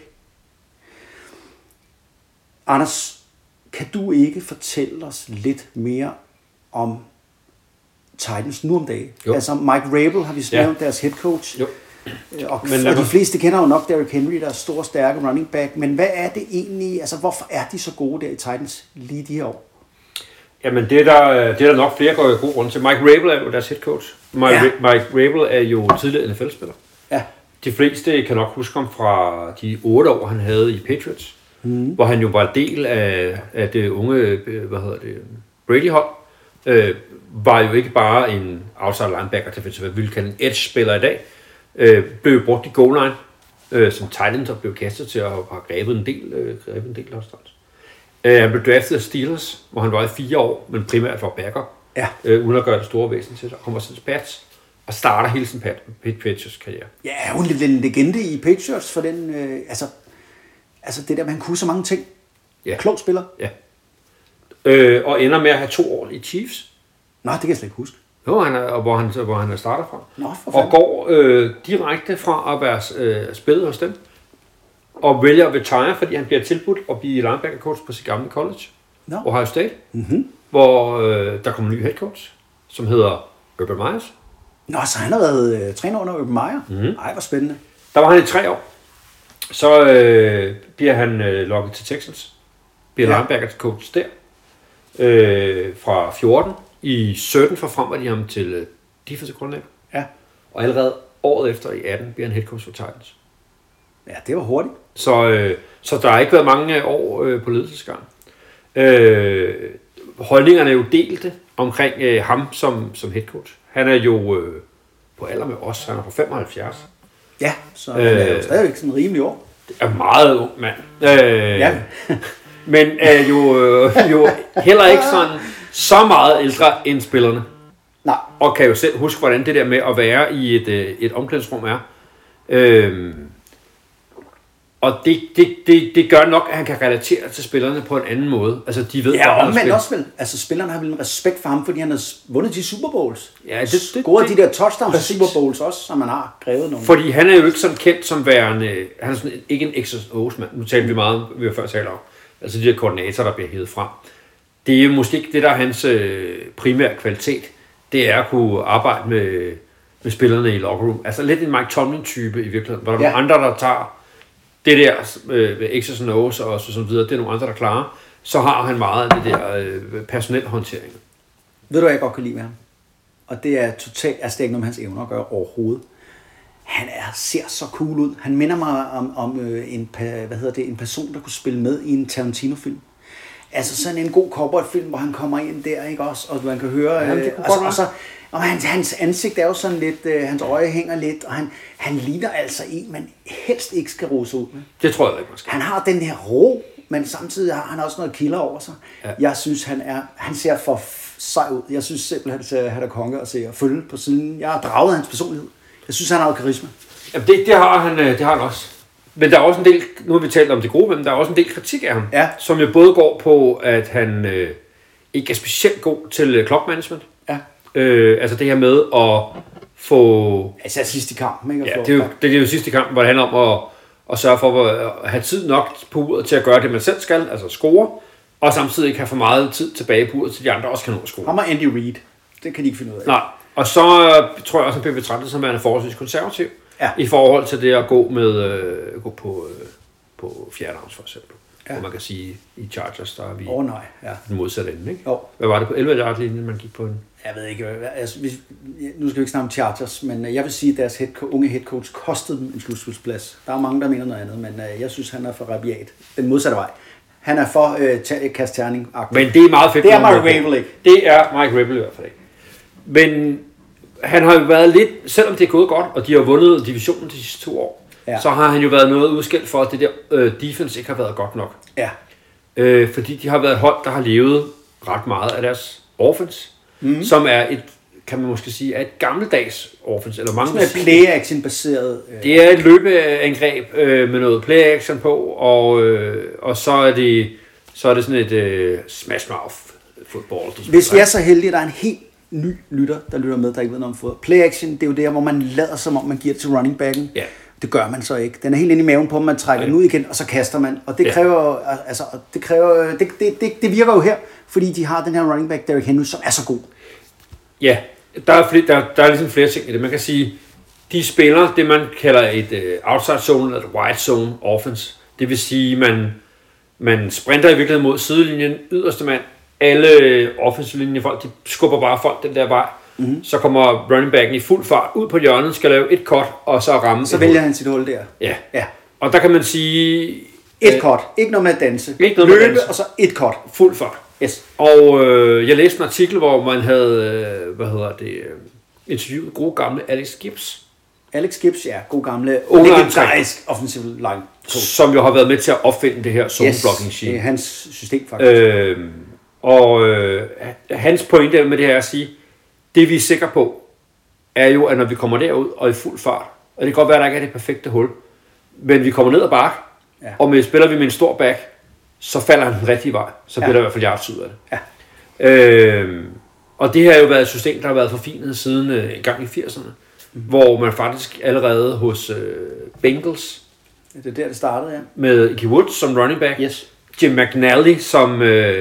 Anders, kan du ikke fortælle os lidt mere om Titans nu om dagen? Jo. Altså Mike Vrabel har vi nævnt, deres head coach. Jo. Og de fleste kender jo nok Derrick Henry, der er stor, stærke running back. Men hvad er det egentlig, altså hvorfor er de så gode der i Titans lige de her år? Jamen det er der nok flere går i god grund til. Mike Vrabel er jo deres head coach. Mike Vrabel er jo tidligere NFL-spiller. Ja. De fleste kan nok huske ham fra de 8 år, han havde i Patriots. Hvor han jo var del af det unge, Brady-hold. Var jo ikke bare en outside linebacker, til hvad vi vil kalde en edge-spiller i dag. Blev brugt i goal line som tight end og blev kastet til at have grebet en del touchdowns. Han blev draftet af Steelers, hvor han var i 4 år, men primært var backup, uden at gøre det store væsen til sig. Kommer til Pats og starter hele sin Patriots karriere. Ja, hun er en legende i Patriots for den, altså det der, man kunne så mange ting. Ja. Klog spiller. Ja. Og ender med at have 2 år i Chiefs. Nå, det kan jeg slet ikke huske. Jo, hvor han er startet fra. Nå, og går direkte fra at være spillet hos dem, og vælger at retire, fordi han bliver tilbudt at blive linebacker coach på sit gamle college, Ohio State, hvor der kommer en ny head coach, som hedder Urban Meyer. Nå, så han har været træner under Urban Meyer. Ej, hvor spændende. Der var han i 3 år. Så bliver han lokket til Texans, bliver linebacker coach der, fra 14. I 17 forfremmer de ham til defensive coordinator. Ja. Og allerede året efter i 18 bliver han head coach for Titans. Ja, det var hurtigt. Så der har ikke været mange år på ledelsesgang. Holdningerne er jo delte omkring ham som head coach. Han er jo på alder med os. Han er på 75. Ja, så han er jo stadigvæk sådan rimelig år. Det er meget ung mand. Ja. Men er jo heller ikke sådan så meget ældre end spillerne. Nej. Og kan jo selv huske, hvordan det der med at være i et omklædningsrum er. Og det gør nok, at han kan relatere til spillerne på en anden måde. Altså, de ved, ja, omvendt også vel. Altså, spillerne har vel en respekt for ham, fordi han har vundet de Super Bowls. Ja, scoret de der touchdowns i Super Bowls også, som man har grevet nogle. Fordi han er jo ikke sådan kendt som værende, han er sådan ikke en X's mand. Nu talte vi meget, vi har før talt om. Altså de der koordinatorer, der bliver hævet frem. Det er jo måske ikke det, der er hans primære kvalitet. Det er at kunne arbejde med spillerne i locker room. Altså lidt en Mike Tomlin-type i virkeligheden. Hvor der er nogle andre, der tager det der med X's og O's og så videre. Det er nogle andre, der klarer. Så har han meget af det der personel håndtering. Ved du, hvad jeg godt kan lide med ham? Og det er totalt, altså det er ikke noget med hans evner at gøre overhovedet. Han ser så cool ud. Han minder mig om en person, der kunne spille med i en Tarantino-film. Altså sådan en god cowboy-film, hvor han kommer ind der, ikke også? Og man kan høre... Og hans ansigt er jo sådan lidt... hans øje hænger lidt, og han ligner altså en, man helst ikke skal rose ud med. Det tror jeg ikke, måske. Han har den her ro, men samtidig har han også noget killer over sig. Ja. Jeg synes, han ser for sej ud. Jeg synes simpelthen, han er konge at se og følge på siden. Jeg har draget hans personlighed. Jeg synes, han har karisma. Jamen, det har han også. Men der er også en del, nu har vi talt om det gode, men der er også en del kritik af ham, som jo både går på, at han ikke er specielt god til clock management. Ja. Altså det her med at få... Altså sidst i kampen, ikke? Ja, det er jo sidst i kampen, hvor det handler om at sørge for at have tid nok på uret til at gøre det, man selv skal, altså score, og samtidig ikke have for meget tid tilbage på uret, til de andre også kan nå at score. Ham og Andy Reid, det kan de ikke finde ud af. Nej, og så tror jeg også, at han bliver betragtet som en forholdsvis konservativ. Ja. I forhold til det at gå på fjerde downs for eksempel. Ja. Hvor man kan sige, i Chargers, der er vi den modsatte ende, ikke? Hvad var det på 11-yard-linjen, man gik på den? Jeg ved ikke, altså, nu skal vi ikke snakke om Chargers, men jeg vil sige, at deres unge headcoach kostede dem en slutspilsplads. Der er mange, der mener noget andet, men jeg synes, han er for rabiat. Den modsatte vej. Han er for kast-terning-agtig. Men det er meget fedt. Det er Mike Vrabel ikke. Det er Mike Vrabel i hvert fald ikke. Men han har jo været lidt, selvom det er gået godt, og de har vundet divisionen de sidste 2 år, så har han jo været noget udskilt for, at det der defense ikke har været godt nok. Ja. Fordi de har været et hold, der har levet ret meget af deres offense, som er et kan man måske sige, er et gammeldags offense. Eller mange sådan et play-action-baseret... Det er et løbeangreb med noget play-action på, og så er det sådan et smash-mouth fodbold. Hvis vi er så heldige, at der er en helt ny lytter, der lytter med, der ikke ved noget om fodbold. Play-action, det er jo der, hvor man lader som om, man giver det til running backen. Ja. Det gør man så ikke. Den er helt inde i maven på, man trækker den ud igen, og så kaster man. Og det kræver, det virker jo her, fordi de har den her running back, Derrick Henry, som er så god. Ja, der er ligesom flere ting i det. Man kan sige, de spiller det, man kalder et outside zone eller et wide zone offense. Det vil sige, man sprinter i virkeligheden mod sidelinjen, yderste mand. Alle offensive linjefolk, de skubber bare folk den der vej. Mm-hmm. Så kommer running backen i fuld fart ud på hjørnet, skal lave et cut, og så ramme. Så vælger han sit hul der. Ja. Og der kan man sige... Et cut. Ikke noget med at danse. Løbe, og så et cut. Fuld fart. Yes. Og jeg læste en artikel, hvor man havde, interviewet gode gamle Alex Gibbs. Alex Gibbs, ja. God gamle, legendarisk offensive line. Som jo har været med til at opfinde det her zone blocking sheet. Det er hans system faktisk. Hans pointe med det her er at sige, det vi er sikre på, er jo, at når vi kommer derud og i fuld fart, og det kan godt være, at der ikke er det perfekte hul, men vi kommer ned ad bakke, og spiller vi med en stor back, så falder han den rigtige vej. Så bliver der i hvert fald yards ud af det. Ja. Og det her har jo været et system, der har været forfinet siden en gang i 80'erne, hvor man faktisk allerede hos Bengals, det er der, det startede, ja. Med Ickey Woods som running back, Jim McNally som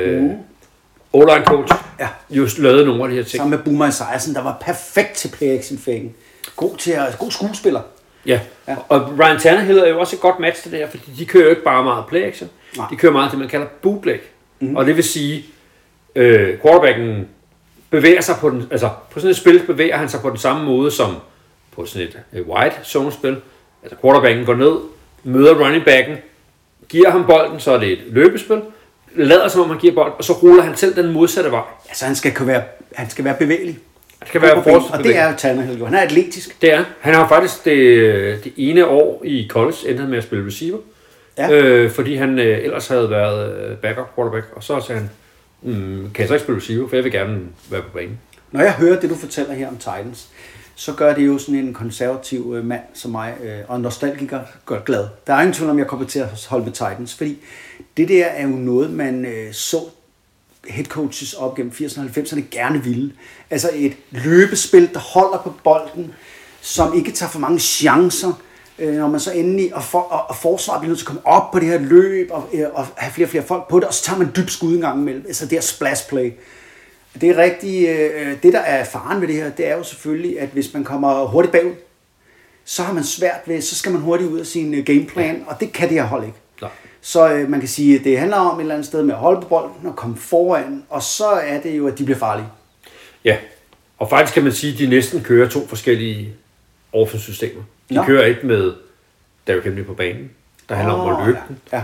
O-line coach, just lavede nogle af de her ting. Sammen med Boomer Esiason, der var perfekt til play-action-fækken. God skuespiller. Ja, og Ryan Tannehill er jo også et godt match til det her, fordi de kører jo ikke bare meget play-action. Nej. De kører meget det, man kalder bootleg. Mm-hmm. Og det vil sige, quarterbacken bevæger sig på sådan et spil, bevæger han sig på den samme måde som på sådan et wide zone-spil. Altså quarterbacken går ned, møder running backen, giver ham bolden, så er det et løbespil, lader som om han giver bolden, og så ruller han selv den modsatte vej. Altså han skal være bevægelig. Han skal være bevægelig. Og det er jo Tannehill. Han er atletisk. Det er. Han har faktisk det ene år i college endet med at spille receiver. Ja. Fordi han ellers havde været backup quarterback, og så sagde han, kan jeg så ikke spille receiver, for jeg vil gerne være på banen. Når jeg hører det, du fortæller her om Titans, så gør det jo sådan en konservativ mand som mig, og en nostalgiker gør glad. Der er ingen tvivl om, jeg kommer til at holde med Titans, fordi det der er jo noget, man så headcoaches op gennem 80'erne og 90'erne gerne ville. Altså et løbespil, der holder på bolden, som ikke tager for mange chancer, når man så endelig, og forsvaret bliver nødt til at komme op på det her løb, og have flere og flere folk på det, og så tager man dybt skud en gang imellem. Altså det her splash play. Det er rigtigt. Det, der er faren ved det her, det er jo selvfølgelig, at hvis man kommer hurtigt bagud, så har man svært ved, så skal man hurtigt ud af sin gameplan, og det kan det her hold ikke. Nej. Så man kan sige, at det handler om et eller andet sted med at holde på bolden og komme foran, og så er det jo, at de bliver farlige. Ja, og faktisk kan man sige, at de næsten kører to forskellige offense-systemer. De kører et med Derrick Henry på banen, der handler om at løbe den. Ja.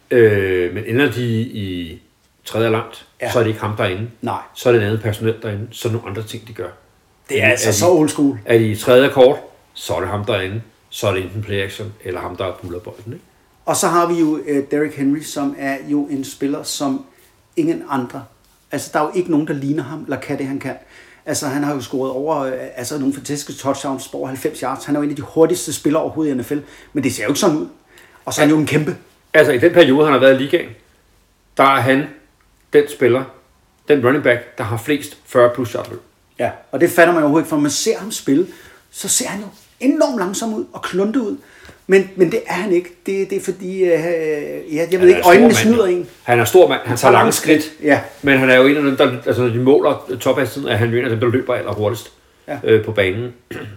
Men ender de i tredje langt, så er det ikke ham derinde. Nej. Så er det en anden personel derinde, så er nogle andre ting, de gør. Det er altså så old school. Er de i tredje kort, så er det ham derinde, så er det enten play action, eller ham, der puller bolden. Ikke? Og så har vi jo Derrick Henry, som er jo en spiller, som ingen andre. Altså, der er jo ikke nogen, der ligner ham, eller kan det, han kan. Altså, han har jo scoret over nogle fantastiske touchdowns, over 90 yards. Han er jo en af de hurtigste spillere overhovedet i NFL, men det ser jo ikke sådan ud. Og så er han jo en kæmpe. Altså, i den periode, han har været i ligaen, der er han den spiller, den running back, der har flest 40 plus yard løb. Ja, og det fatter man jo overhovedet ikke, for når man ser ham spille, så ser han jo enormt langsom ud og kluntet ud. Men det er han ikke. Det er fordi, jeg ved ikke, øjnene snyder en. Han er stor mand, han tager lange skridt, men han er jo en af dem, der, altså når de måler tophastigheden, er han jo en af dem, der løber allerhurtigst på banen.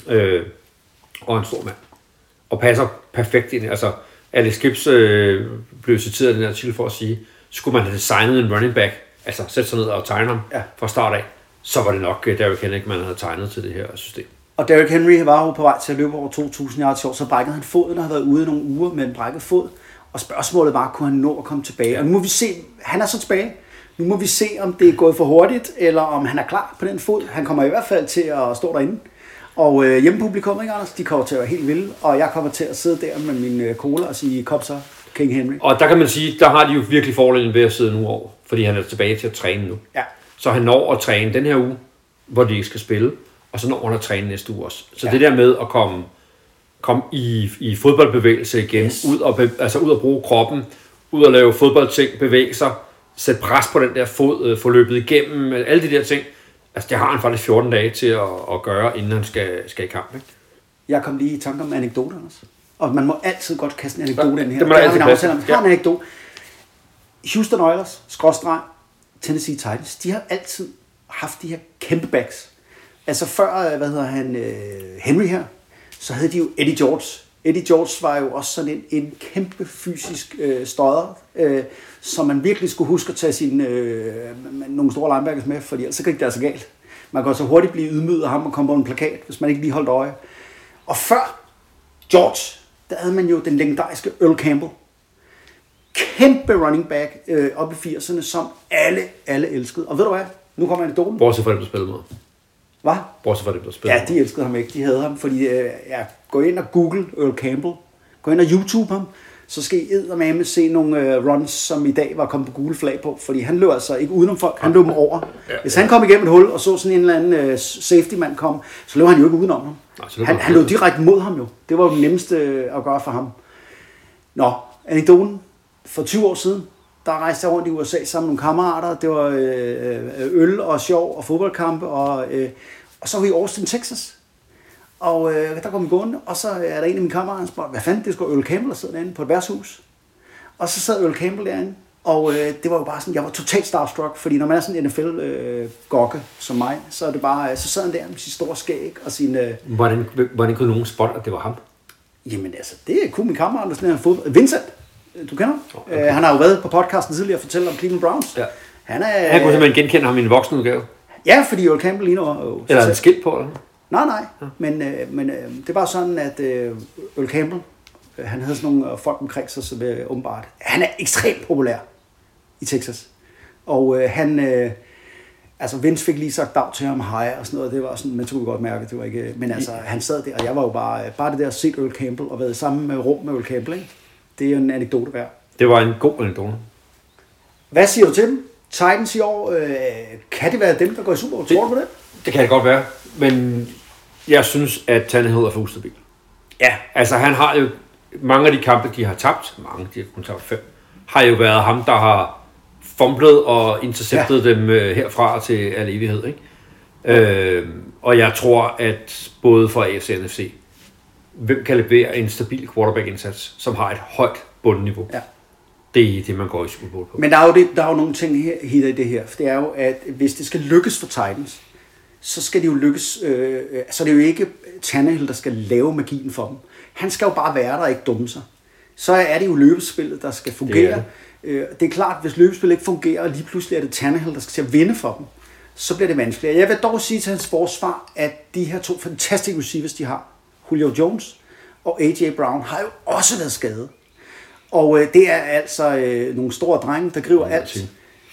Og en stor mand. Og passer perfekt ind. Altså, Alex Gibbs blev citeret i den her artikel for at sige, skulle man have designet en running back, altså sætte sig ned og tegne ham fra start af, så var det nok Derrick Henry, man havde tegnet til det her system. Og Derrick Henry var jo på vej til at løbe over 2.000 yards i år, så brækkede han foden og har været ude nogle uger med en brækket fod. Og spørgsmålet var, kunne han nå at komme tilbage? Og nu må vi se, han er så tilbage. Nu må vi se, om det er gået for hurtigt, eller om han er klar på den fod. Han kommer i hvert fald til at stå derinde. Og hjemmepublikum, ikke Anders? De kommer til at være helt vilde, og jeg kommer til at sidde der med min cola og sige, kom så, King Henry. Og der kan man sige, der har de jo virkelig fordelen ved at sidde nu over, fordi han er tilbage til at træne nu. Ja. Så han når at træne den her uge hvor de ikke skal spille, og så når han at træne næste uge også. Så det der med at komme i fodboldbevægelse igen, ud og bruge kroppen, ud og lave fodboldting, bevæge sig, sætte pres på den der fod, få løbet igennem, alle de der ting, altså det har han faktisk 14 dage til at gøre, inden han skal i kamp. Ikke? Jeg kom lige i tanke om anekdoter også. Og man må altid godt kaste en anekdote ind her. Det må altid passe. Jeg har en anekdote. Houston Oilers, Tennessee Titans, de har altid haft de her kæmpe backs. Altså før, Henry her, så havde de jo Eddie George. Eddie George var jo også sådan en kæmpe fysisk støder, som man virkelig skulle huske at tage nogle store linebackers med, fordi ellers så gik det altså galt. Man kan så hurtigt blive ydmyget af ham og komme på en plakat, hvis man ikke lige holdt øje. Og før George, der havde man jo den legendariske Earl Campbell. Kæmpe running back op i 80'erne, som alle elskede. Og ved du hvad? Nu kommer anekdoten. Bortset fra det, du spillede med. Hvad? Bortset fra det, du spillede med. Ja, de elskede ham ikke. De havde ham, fordi gå ind og google Earl Campbell. Gå ind og YouTube ham. Så skal I eddermame se nogle runs, som i dag var kommet på gule flag på. Fordi han løb altså ikke udenom folk, han løb dem over. Hvis han kom igennem et hul, og så sådan en eller anden safety-mand kom, så løb han jo ikke udenom ham. Han løb direkte mod ham jo. Det var jo det nemmeste at gøre for ham. Nå, anekdoten. For 20 år siden, der rejste jeg rundt i USA sammen med nogle kammerater. Det var øl og sjov og fodboldkampe. Og så var vi i Austin, Texas. Og der kom vi gående, og så er der en af mine kammerater, der spørger, hvad fanden, det skulle Earl Campbell, der sidder derinde på et værtshus. Og så sad Earl Campbell derinde, og det var jo bare sådan, jeg var totalt starstruck, fordi når man er sådan en NFL-gokke som mig, så er det bare, så sad han der med sin store skæg og sin... Hvordan kunne nogen spotte, at det var ham? Jamen altså, det kunne min kammerat, der sådan en fodbold... Vincent, du kender ham? Okay. Han har jo været på podcasten tidligere og fortælle om Cleveland Browns. Ja. Han kunne simpelthen genkende ham i en voksenudgave. Ja, fordi Earl Campbell ligner... Eller en skilt på, eller? Nej. Ja. Men det var sådan, at Earl Campbell, han havde sådan nogle folk omkring sig, som åbenbart... Han er ekstremt populær i Texas. Og altså Vince fik lige sagt dag til ham, hej og sådan noget. Det var sådan, man kunne godt mærke, det var ikke... Men altså, han sad der, og jeg var jo bare det der at se Earl Campbell og været i samme rum med Earl Campbell, ikke? Det er jo en anekdote værd. Det var en god anekdote. Hvad siger du til dem? Titans i år, kan det være dem, der går i Super Bowl? Tror du på det? Det kan det godt være, men jeg synes, at Tannehill er for ustabil. Ja. Altså han har jo, mange af de kampe, de har tabt, de har kun tabt 5, har jo været ham, der har fumblet og interceptet dem herfra til al evighed. Ikke? Og jeg tror, at både for AFC og NFC, hvem kan levere en stabil quarterback-indsats, som har et højt bundniveau? Ja. Det er det, man går i Super Bowl på. Men der er jo nogle ting her i det her. For det er jo, at hvis det skal lykkes for Titans, så skal det jo lykkes... så det er jo ikke Tannehill, der skal lave magien for dem. Han skal jo bare være der og ikke dumme sig. Så er det jo løbespillet, der skal fungere. Det er klart, hvis løbespillet ikke fungerer, og lige pludselig er det Tannehill, der skal til at vinde for dem, så bliver det vanskeligere. Jeg vil dog sige til hans forsvar, at de her 2 fantastiske receivers, de har, Julio Jones og A.J. Brown, har jo også været skadet. Og det er altså nogle store drenge, der griber alt.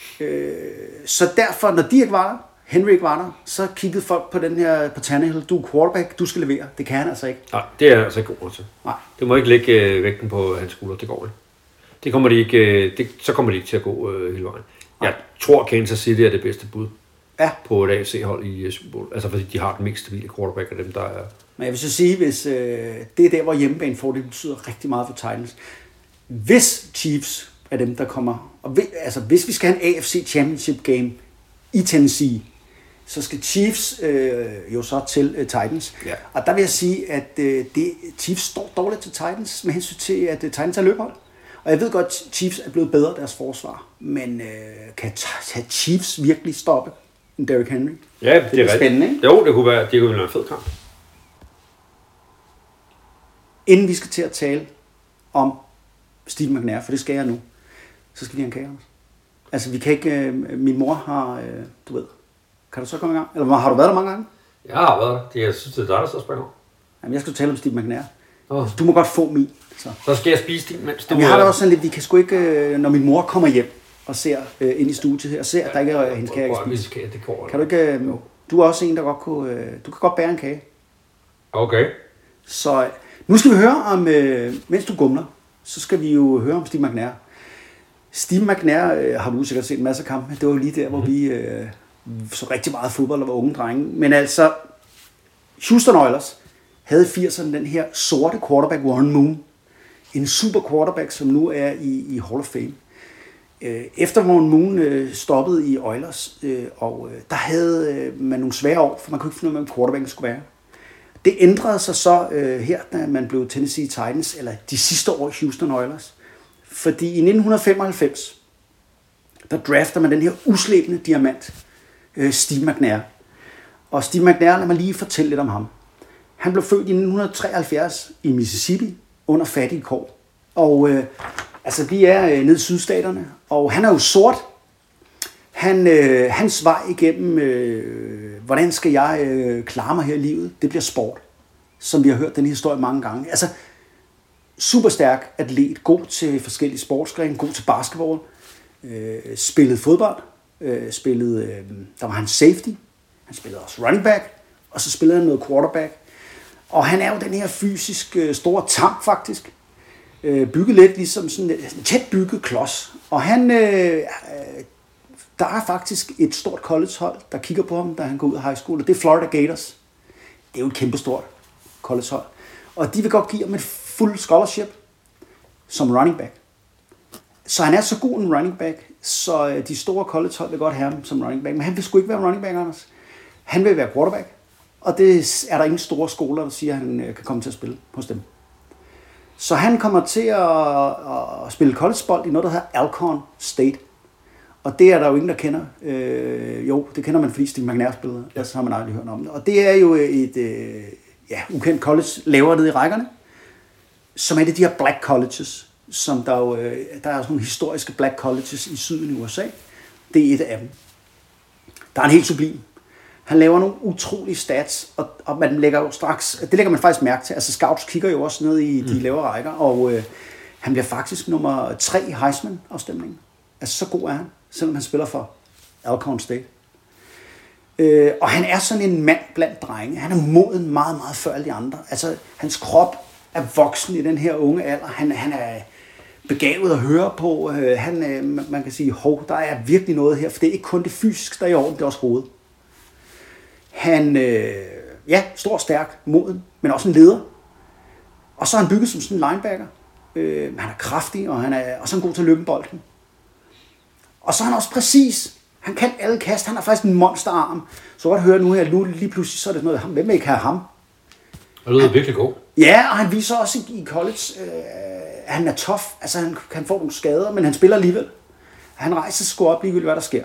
Så derfor, når de ikke var der, Henry ikke var der, så kiggede folk på den her på Tannehill. Du er quarterback, du skal levere. Det kan han altså ikke. Nej, det er altså ikke god til. Nej. Det må ikke lægge vægten på hans skulder. Det går ikke. Det kommer de ikke, så kommer de ikke til at gå hele vejen. Jeg tror, Kansas City er det bedste bud på et AFC-hold i Super Bowl. Altså fordi de har den mest stabile quarterback af dem, der er... Men jeg vil så sige, hvis det er der, hvor hjemmebanefordel betyder rigtig meget for Titans. Hvis Chiefs er dem, der kommer... hvis vi skal have en AFC Championship game i Tennessee, så skal Chiefs jo så til Titans. Ja. Og der vil jeg sige, at Chiefs står dårligt til Titans med hensyn til, at Titans er løbhold. Og jeg ved godt, at Chiefs er blevet bedre deres forsvar. Men kan Chiefs virkelig stoppe en Derrick Henry? Ja, det er spændende, ikke? Jo, det kunne være en fed kamp. Inden vi skal til at tale om Steve McNair, for det skal jeg nu, så skal vi have en kage også. Altså, vi kan ikke... min mor har... du ved... Kan du så komme i gang? Eller har du været der mange gange? Jeg har været der. Jeg synes, det er dig, der så spørger. Jamen, jeg skal tale om Steve McNair. Du må godt få min. Så skal jeg spise din, mens du... Jamen, jeg har da også sådan lidt... Vi kan sgu ikke... når min mor kommer hjem og ser ind i studiet her, og ser, at der ikke er hendes kage, jeg kan spise. Kan du ikke... Du er også en, der godt kunne... du kan godt bære en kage. Okay. Så nu skal vi høre om... mens du gumler, så skal vi jo høre om Steve McNair. Steve McNair har du sikkert set en masse kampe. Det var jo lige der, hvor så rigtig meget fodbold og var unge drenge. Men altså, Houston Oilers havde i 80'erne den her sorte quarterback, Warren Moon. En super quarterback, som nu er i Hall of Fame. Efter Warren Moon stoppede i Oilers, og der havde man nogle svære år, for man kunne ikke finde ud af, hvem quarterbacken skulle være. Det ændrede sig så her, da man blev Tennessee Titans, eller de sidste år i Houston Oilers. Fordi i 1995, der drafter man den her uslæbende diamant, Steve McNair. Og Steve McNair, lad mig lige fortælle lidt om ham. Han blev født i 1973 i Mississippi under fattige kår. Og altså, vi er nede i sydstaterne, og han er jo sort. Hans vej igennem, hvordan skal jeg klare mig her i livet, det bliver sport, som vi har hørt den historie mange gange. Altså, super stærk atlet, god til forskellige sportsgrene, god til basketball, spillede fodbold, der var han safety, han spillede også running back, og så spillede han noget quarterback. Og han er jo den her fysisk store tamp faktisk, bygget lidt ligesom sådan en tæt bygget klods. Og han, der er faktisk et stort collegehold, der kigger på ham, da han går ud af high school, og det er Florida Gators. Det er jo et kæmpestort collegehold. Og de vil godt give ham et fuld scholarship som running back. Så han er så god en running back, så de store collegehold vil godt have ham som running back. Men han vil sgu ikke være running back, Anders. Han vil være quarterback. Og det er der ingen store skoler, der siger, at han kan komme til at spille hos dem. Så han kommer til at spille collegebold i noget, der hedder Alcorn State. Og det er der jo ingen, der kender. Jo, det kender man, fordi Steve McNair spillede. Ellers har man aldrig hørt om det. Og det er jo et ukendt college lavere nede i rækkerne, som er det de her black colleges, som der er sådan nogle historiske black colleges i syden i USA. Det er et af dem. Der er en helt sublim. Han laver nogle utrolige stats, og man lægger jo straks, det lægger man faktisk mærke til, altså scouts kigger jo også ned i de lavere rækker, og han bliver faktisk nummer 3 i Heisman-afstemningen. Altså så god er han, selvom han spiller for Alcorn State. Og han er sådan en mand blandt drenge. Han er moden meget, meget før alle de andre. Altså hans krop er voksen i den her unge alder. Han er begavet at høre på. Man kan sige, der er virkelig noget her, for det er ikke kun det fysiske, der er i orden, det er også hovedet. Han, stor, stærk, moden, men også en leder. Og så er han bygget som sådan en linebacker. Han er kraftig, og han er også god til at løbe bolden. Og så er han også præcis. Han kan alle kast. Han har faktisk en monsterarm. Så godt høre nu her, lige pludselig så er det noget, hvem vil ikke have ham? Og det lyder virkelig god. Ja, og han viser også i college, han er tough. Altså han kan få nogle skader, men han spiller alligevel. Han rejser sgu op ligegyldigt, hvad der sker.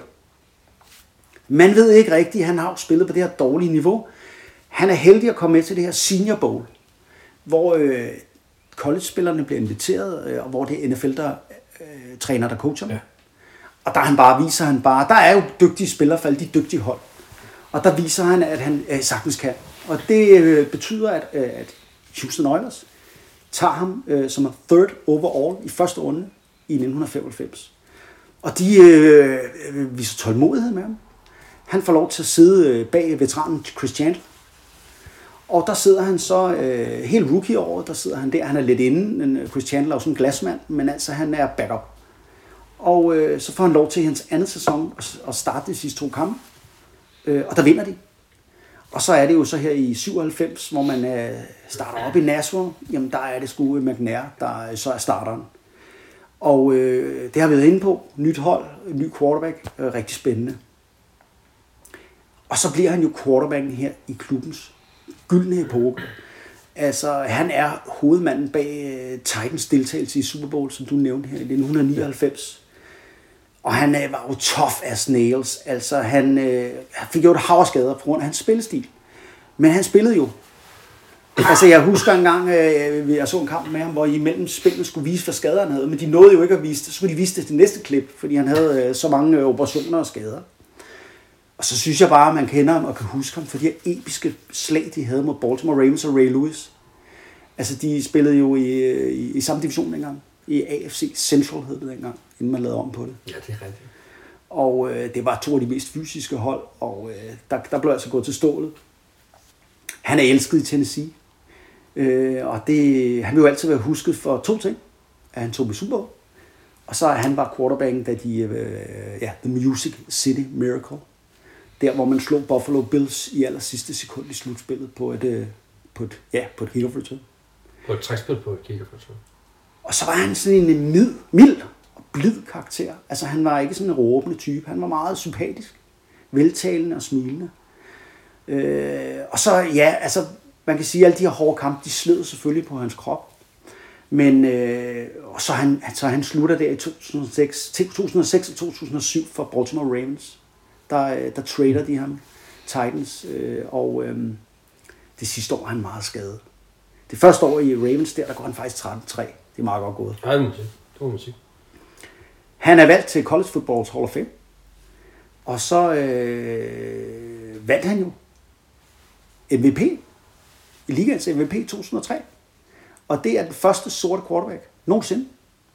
Man ved ikke rigtigt, han har jo spillet på det her dårlige niveau. Han er heldig at komme med til det her Senior Bowl, hvor college-spillerne bliver inviteret, og hvor det er NFL, der træner, der coacher. Ja. Og der viser han bare, der er jo dygtige spillere for alle de dygtige hold. Og der viser han, at han sagtens kan. Og det betyder, at Houston Oilers tager ham som er third overall i første runde i 1995. Og de viser tålmodighed med ham. Han får lov til at sidde bag veteranen Chris Chandler. Og der sidder han så helt rookie-året, der sidder han der. Han er lidt inde. Chris Chandler er jo sådan en glasmand, men altså han er backup. Og så får han lov til i hans andet sæson at starte de sidste 2 kampe. Og der vinder de. Og så er det jo så her i 97, hvor man starter op i Nashville. Jamen der er det sgu McNair, der så er starteren. Og det har vi været inde på. Nyt hold, ny quarterback. Rigtig spændende. Og så bliver han jo quarterbacken her i klubbens gyldne epoke. Altså, han er hovedmanden bag Titans deltagelse i Super Bowl, som du nævnte her i 1999. Og han var jo tough as nails. Altså, han fik jo et hav af skader på grund af hans spillestil. Men han spillede jo. Altså, jeg husker engang, jeg så en kamp med ham, hvor I mellem spillet skulle vise, hvad skader han havde. Men de nåede jo ikke at vise det. Så skulle de vise det til næste klip, fordi han havde så mange operationer og skader. Og så synes jeg bare, at man kender ham og kan huske ham for de her episke slag, de havde mod Baltimore Ravens og Ray Lewis. Altså, de spillede jo i samme division dengang. I AFC Central hed det dengang, inden man lavede om på det. Ja, det er rigtigt. Og det var 2 af de mest fysiske hold, og der blev altså gået til stålet. Han er elsket i Tennessee. Og han vil jo altid være husket for 2 ting. At han tog med Super Bowl, og så han var quarterbacken, da The Music City Miracle. der hvor man slog Buffalo Bills i aller sidste sekund i slutspillet på et kickoff return. På et trækspil på et kickoff return. Og så var han sådan en mild og blid karakter. Altså han var ikke sådan en råbende type. Han var meget sympatisk, veltalende og smilende. Og så ja, altså man kan sige, at alle de her hårde kampe, de sled selvfølgelig på hans krop. Men så han slutter der i 2006 og 2007 for Baltimore Ravens. Der trader de ham, Titans, og det sidste år er han meget skadet. Det første år i Ravens, der går han faktisk 13-3. Det er meget godt gået. Ja, det må man sige. Han er valgt til College Football Hall of Fame. Og så vandt han jo MVP. I ligaens MVP 2003. Og det er den første sorte quarterback nogensinde.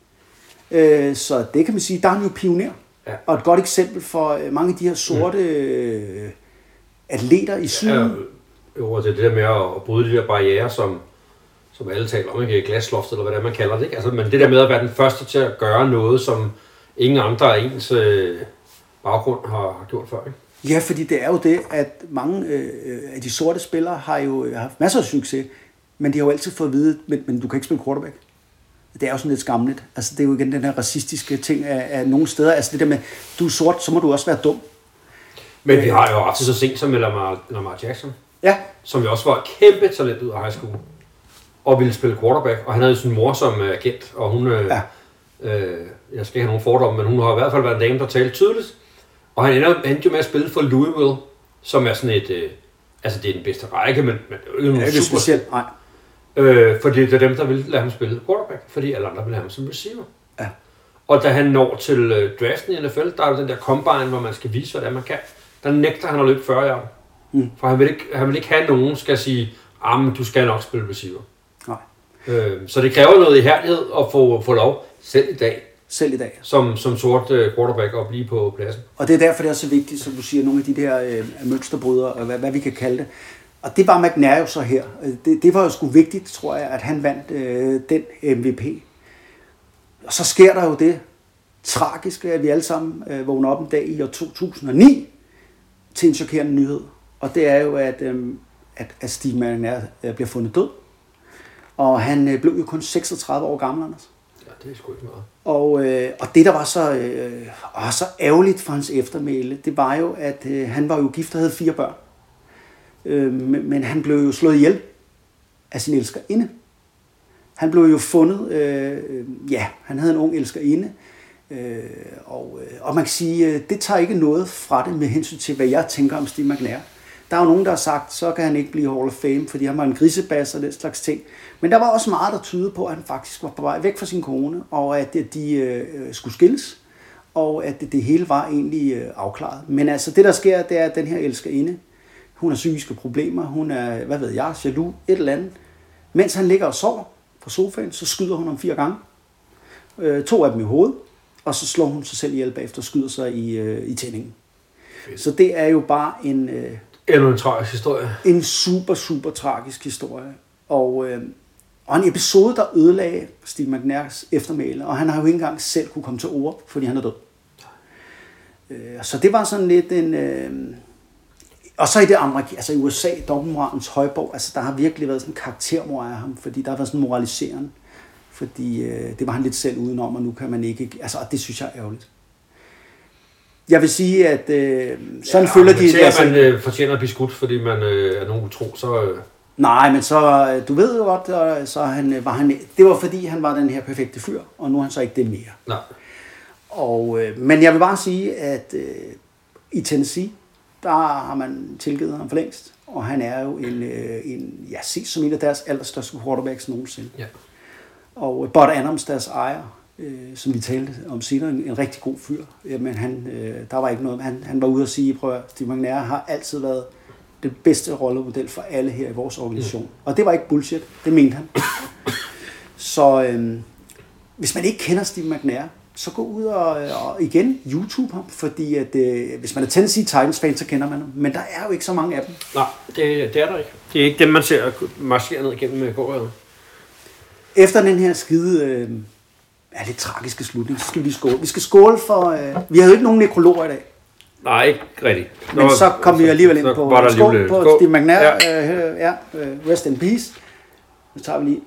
Så det kan man sige, der er han jo pioner. Ja. Og et godt eksempel for mange af de her sorte atleter i syden. Jo, det er det der med at bryde de der barrierer, som alle taler om, ikke? Glasloft eller hvad det er, man kalder det. Ikke? Altså, men det der med at være den første til at gøre noget, som ingen andre af ens baggrund har gjort før. Ikke? Ja, fordi det er jo det, at mange af de sorte spillere har jo haft masser af succes, men de har jo altid fået at vide, men du kan ikke spille quarterback. Det er jo sådan lidt skamligt. Altså, det er jo igen den her racistiske ting af nogle steder. Altså det der med, du er sort, så må du også være dum. Men vi har jo også så sent som Lamar Jackson, som jo også var et kæmpe talent ud af high school, og ville spille quarterback, og han havde sin mor som agent, og hun, jeg skal ikke have nogen fordomme, men hun har i hvert fald været en dame, der talte tydeligt, og han endte jo med at spille for Louisville, som er sådan et, altså det er den bedste række, men det er jo ikke noget super specielt, nej. Fordi det er dem, der vil lade ham spille quarterback, fordi alle andre vil have ham som receiver. Ja. Og da han når til draften i NFL, der er jo den der combine, hvor man skal vise, hvad det er, man kan. Der nægter han at løbe 40 yards. For han vil ikke have nogen, skal sige, men du skal nok spille receiver. Nej. Så det kræver noget ihærdighed at få lov, selv i dag. Som sort quarterback at blive på pladsen. Og det er derfor, det er så vigtigt, som du siger, nogle af de der mønsterbrydere, og hvad vi kan kalde det. Og det var McNair jo så her. Det var jo sgu vigtigt, tror jeg, at han vandt den MVP. Og så sker der jo det tragiske, at vi alle sammen vågner op en dag i år 2009 til en chokerende nyhed. Og det er jo, at Steve McNair bliver fundet død. Og han blev jo kun 36 år gammel, Anders. Ja, det er sgu ikke meget. Og det, der var så ærgerligt for hans eftermæle, det var jo, at han var jo gift og havde 4 børn. Men han blev jo slået ihjel af sin elskerinde. Han blev jo fundet, han havde en ung elskerinde, og man kan sige, det tager ikke noget fra det med hensyn til, hvad jeg tænker om Steve McNair. Der er jo nogen, der har sagt, så kan han ikke blive Hall of Fame, fordi han var en grisebas og den slags ting. Men der var også meget, der tydede på, at han faktisk var på vej væk fra sin kone, og at de skulle skilles, og at det hele var egentlig afklaret. Men altså, det der sker, det er, at den her elskerinde, hun har psykiske problemer, hun er, jaloux, et eller andet. Mens han ligger og sover på sofaen, så skyder hun ham 4 gange. 2 af dem i hovedet, og så slår hun sig selv ihjel bagefter og skyder sig i tændingen. Så det er jo bare endnu en tragisk historie. En super, super tragisk historie. Og en episode, der ødelagde Steve McNairs eftermæle, og han har jo ikke engang selv kunne komme til ord, fordi han er død. Så det var sådan lidt en... Og så i det i USA, dobbeltmoralens højborg, altså der har virkelig været sådan en karaktermor af ham, fordi der har været sådan moraliserende, fordi det var han lidt selv udenom, og nu kan man ikke, altså det synes jeg er ærgerligt. Jeg vil sige, at sådan følger de... Altså, man fortjener at blive skudt, fordi man er nogen utro, så... Nej, men så, du ved jo godt, så det var fordi, han var den her perfekte fyr, og nu er han så ikke det mere. Nej. Men jeg vil bare sige, at i Tennessee, der har man tilgivet ham for længst, og han er jo set som en af deres allerstørste quarterbacks nogensinde. Ja. Og Bud Adams, deres ejer, som vi talte om senere, en rigtig god fyr. Men der var ikke noget, han var ude at sige, prøv at Steve McNair har altid været det bedste rollemodel for alle her i vores organisation. Og det var ikke bullshit, det mente han. Så hvis man ikke kender Steve McNair, så gå ud og igen YouTube ham, fordi at, hvis man er Tennessee Titans fan, så kender man ham. Men der er jo ikke så mange af dem. Nej, det er der ikke. Det er ikke dem, man ser marchere ned igennem gården. Efter den her skide lidt tragiske slutning, så skal vi skåle. Vi skal skåle for... vi havde jo ikke nogen nekrologer i dag. Nej, ikke rigtigt. Men så kom vi alligevel ind på skål på Steve McNair. Ja. Rest in peace. Nu tager vi lige.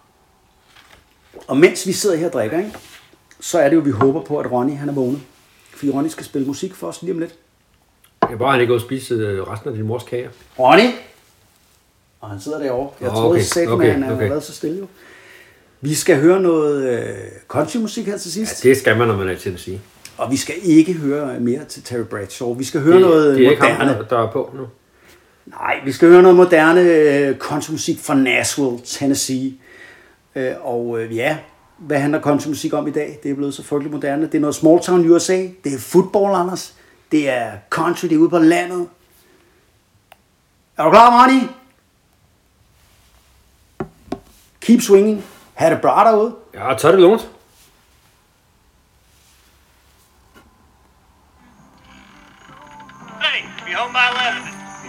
Og mens vi sidder her og drikker, ikke, så er det jo, vi håber på, at Ronny han er vågnet. Fordi Ronny skal spille musik for os lige om lidt. Jeg bare han ikke gået og spise resten af din mors kager. Ronny! Og han sidder derovre. Jeg troede sæt, at han har været så stille jo. Vi skal høre noget countrymusik her til sidst. Ja, det skal man, når man er til at sige. Og vi skal ikke høre mere til Terry Bradshaw. Vi skal høre noget det er moderne. Ikke der er på nu. Nej, vi skal høre noget moderne countrymusik fra Nashville, Tennessee. Hvad handler countrymusik om i dag? Det er blevet så frygteligt moderne. Det er noget Small Town USA. Det er football, Anders. Det er country, det er ude på landet. Er du klar, Marty? Keep swinging. Ha' det bra derude. Ja, tag det lånt. Hey, be home by 11.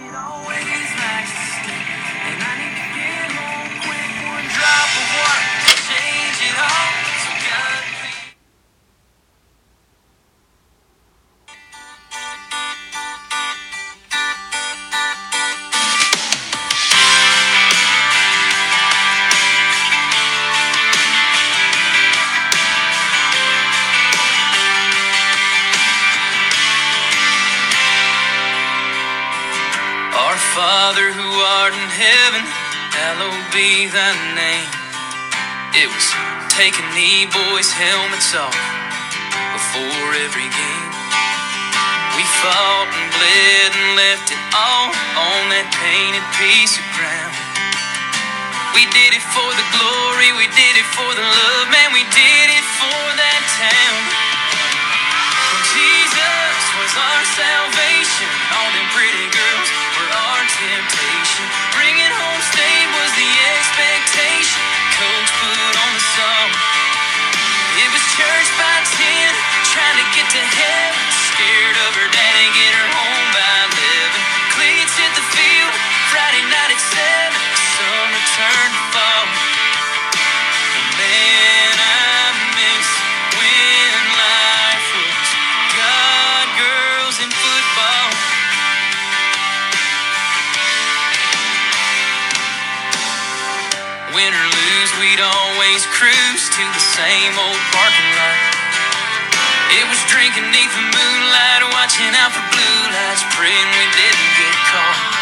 Father who art in heaven, hallowed be thy name. It was taking the boys' helmets off before every game. We fought and bled and left it all on that painted piece of ground. We did it for the glory, we did it for the love, man, we did it for that town. Jesus was our salvation, all them pretty girls were our temptation. Bringing home state was the expectation, coach put on the song. It was church by 10, trying to get to heaven, scared of her daddy, get her home by 11. Cleats hit the field, Friday night at 7, summer turned to fall. Man, I miss when life was God, girls, and football. Win or lose, we'd always cruise to the same old parking lot. It was drinking 'neath the moonlight, watching out for blue lights, praying we didn't get caught.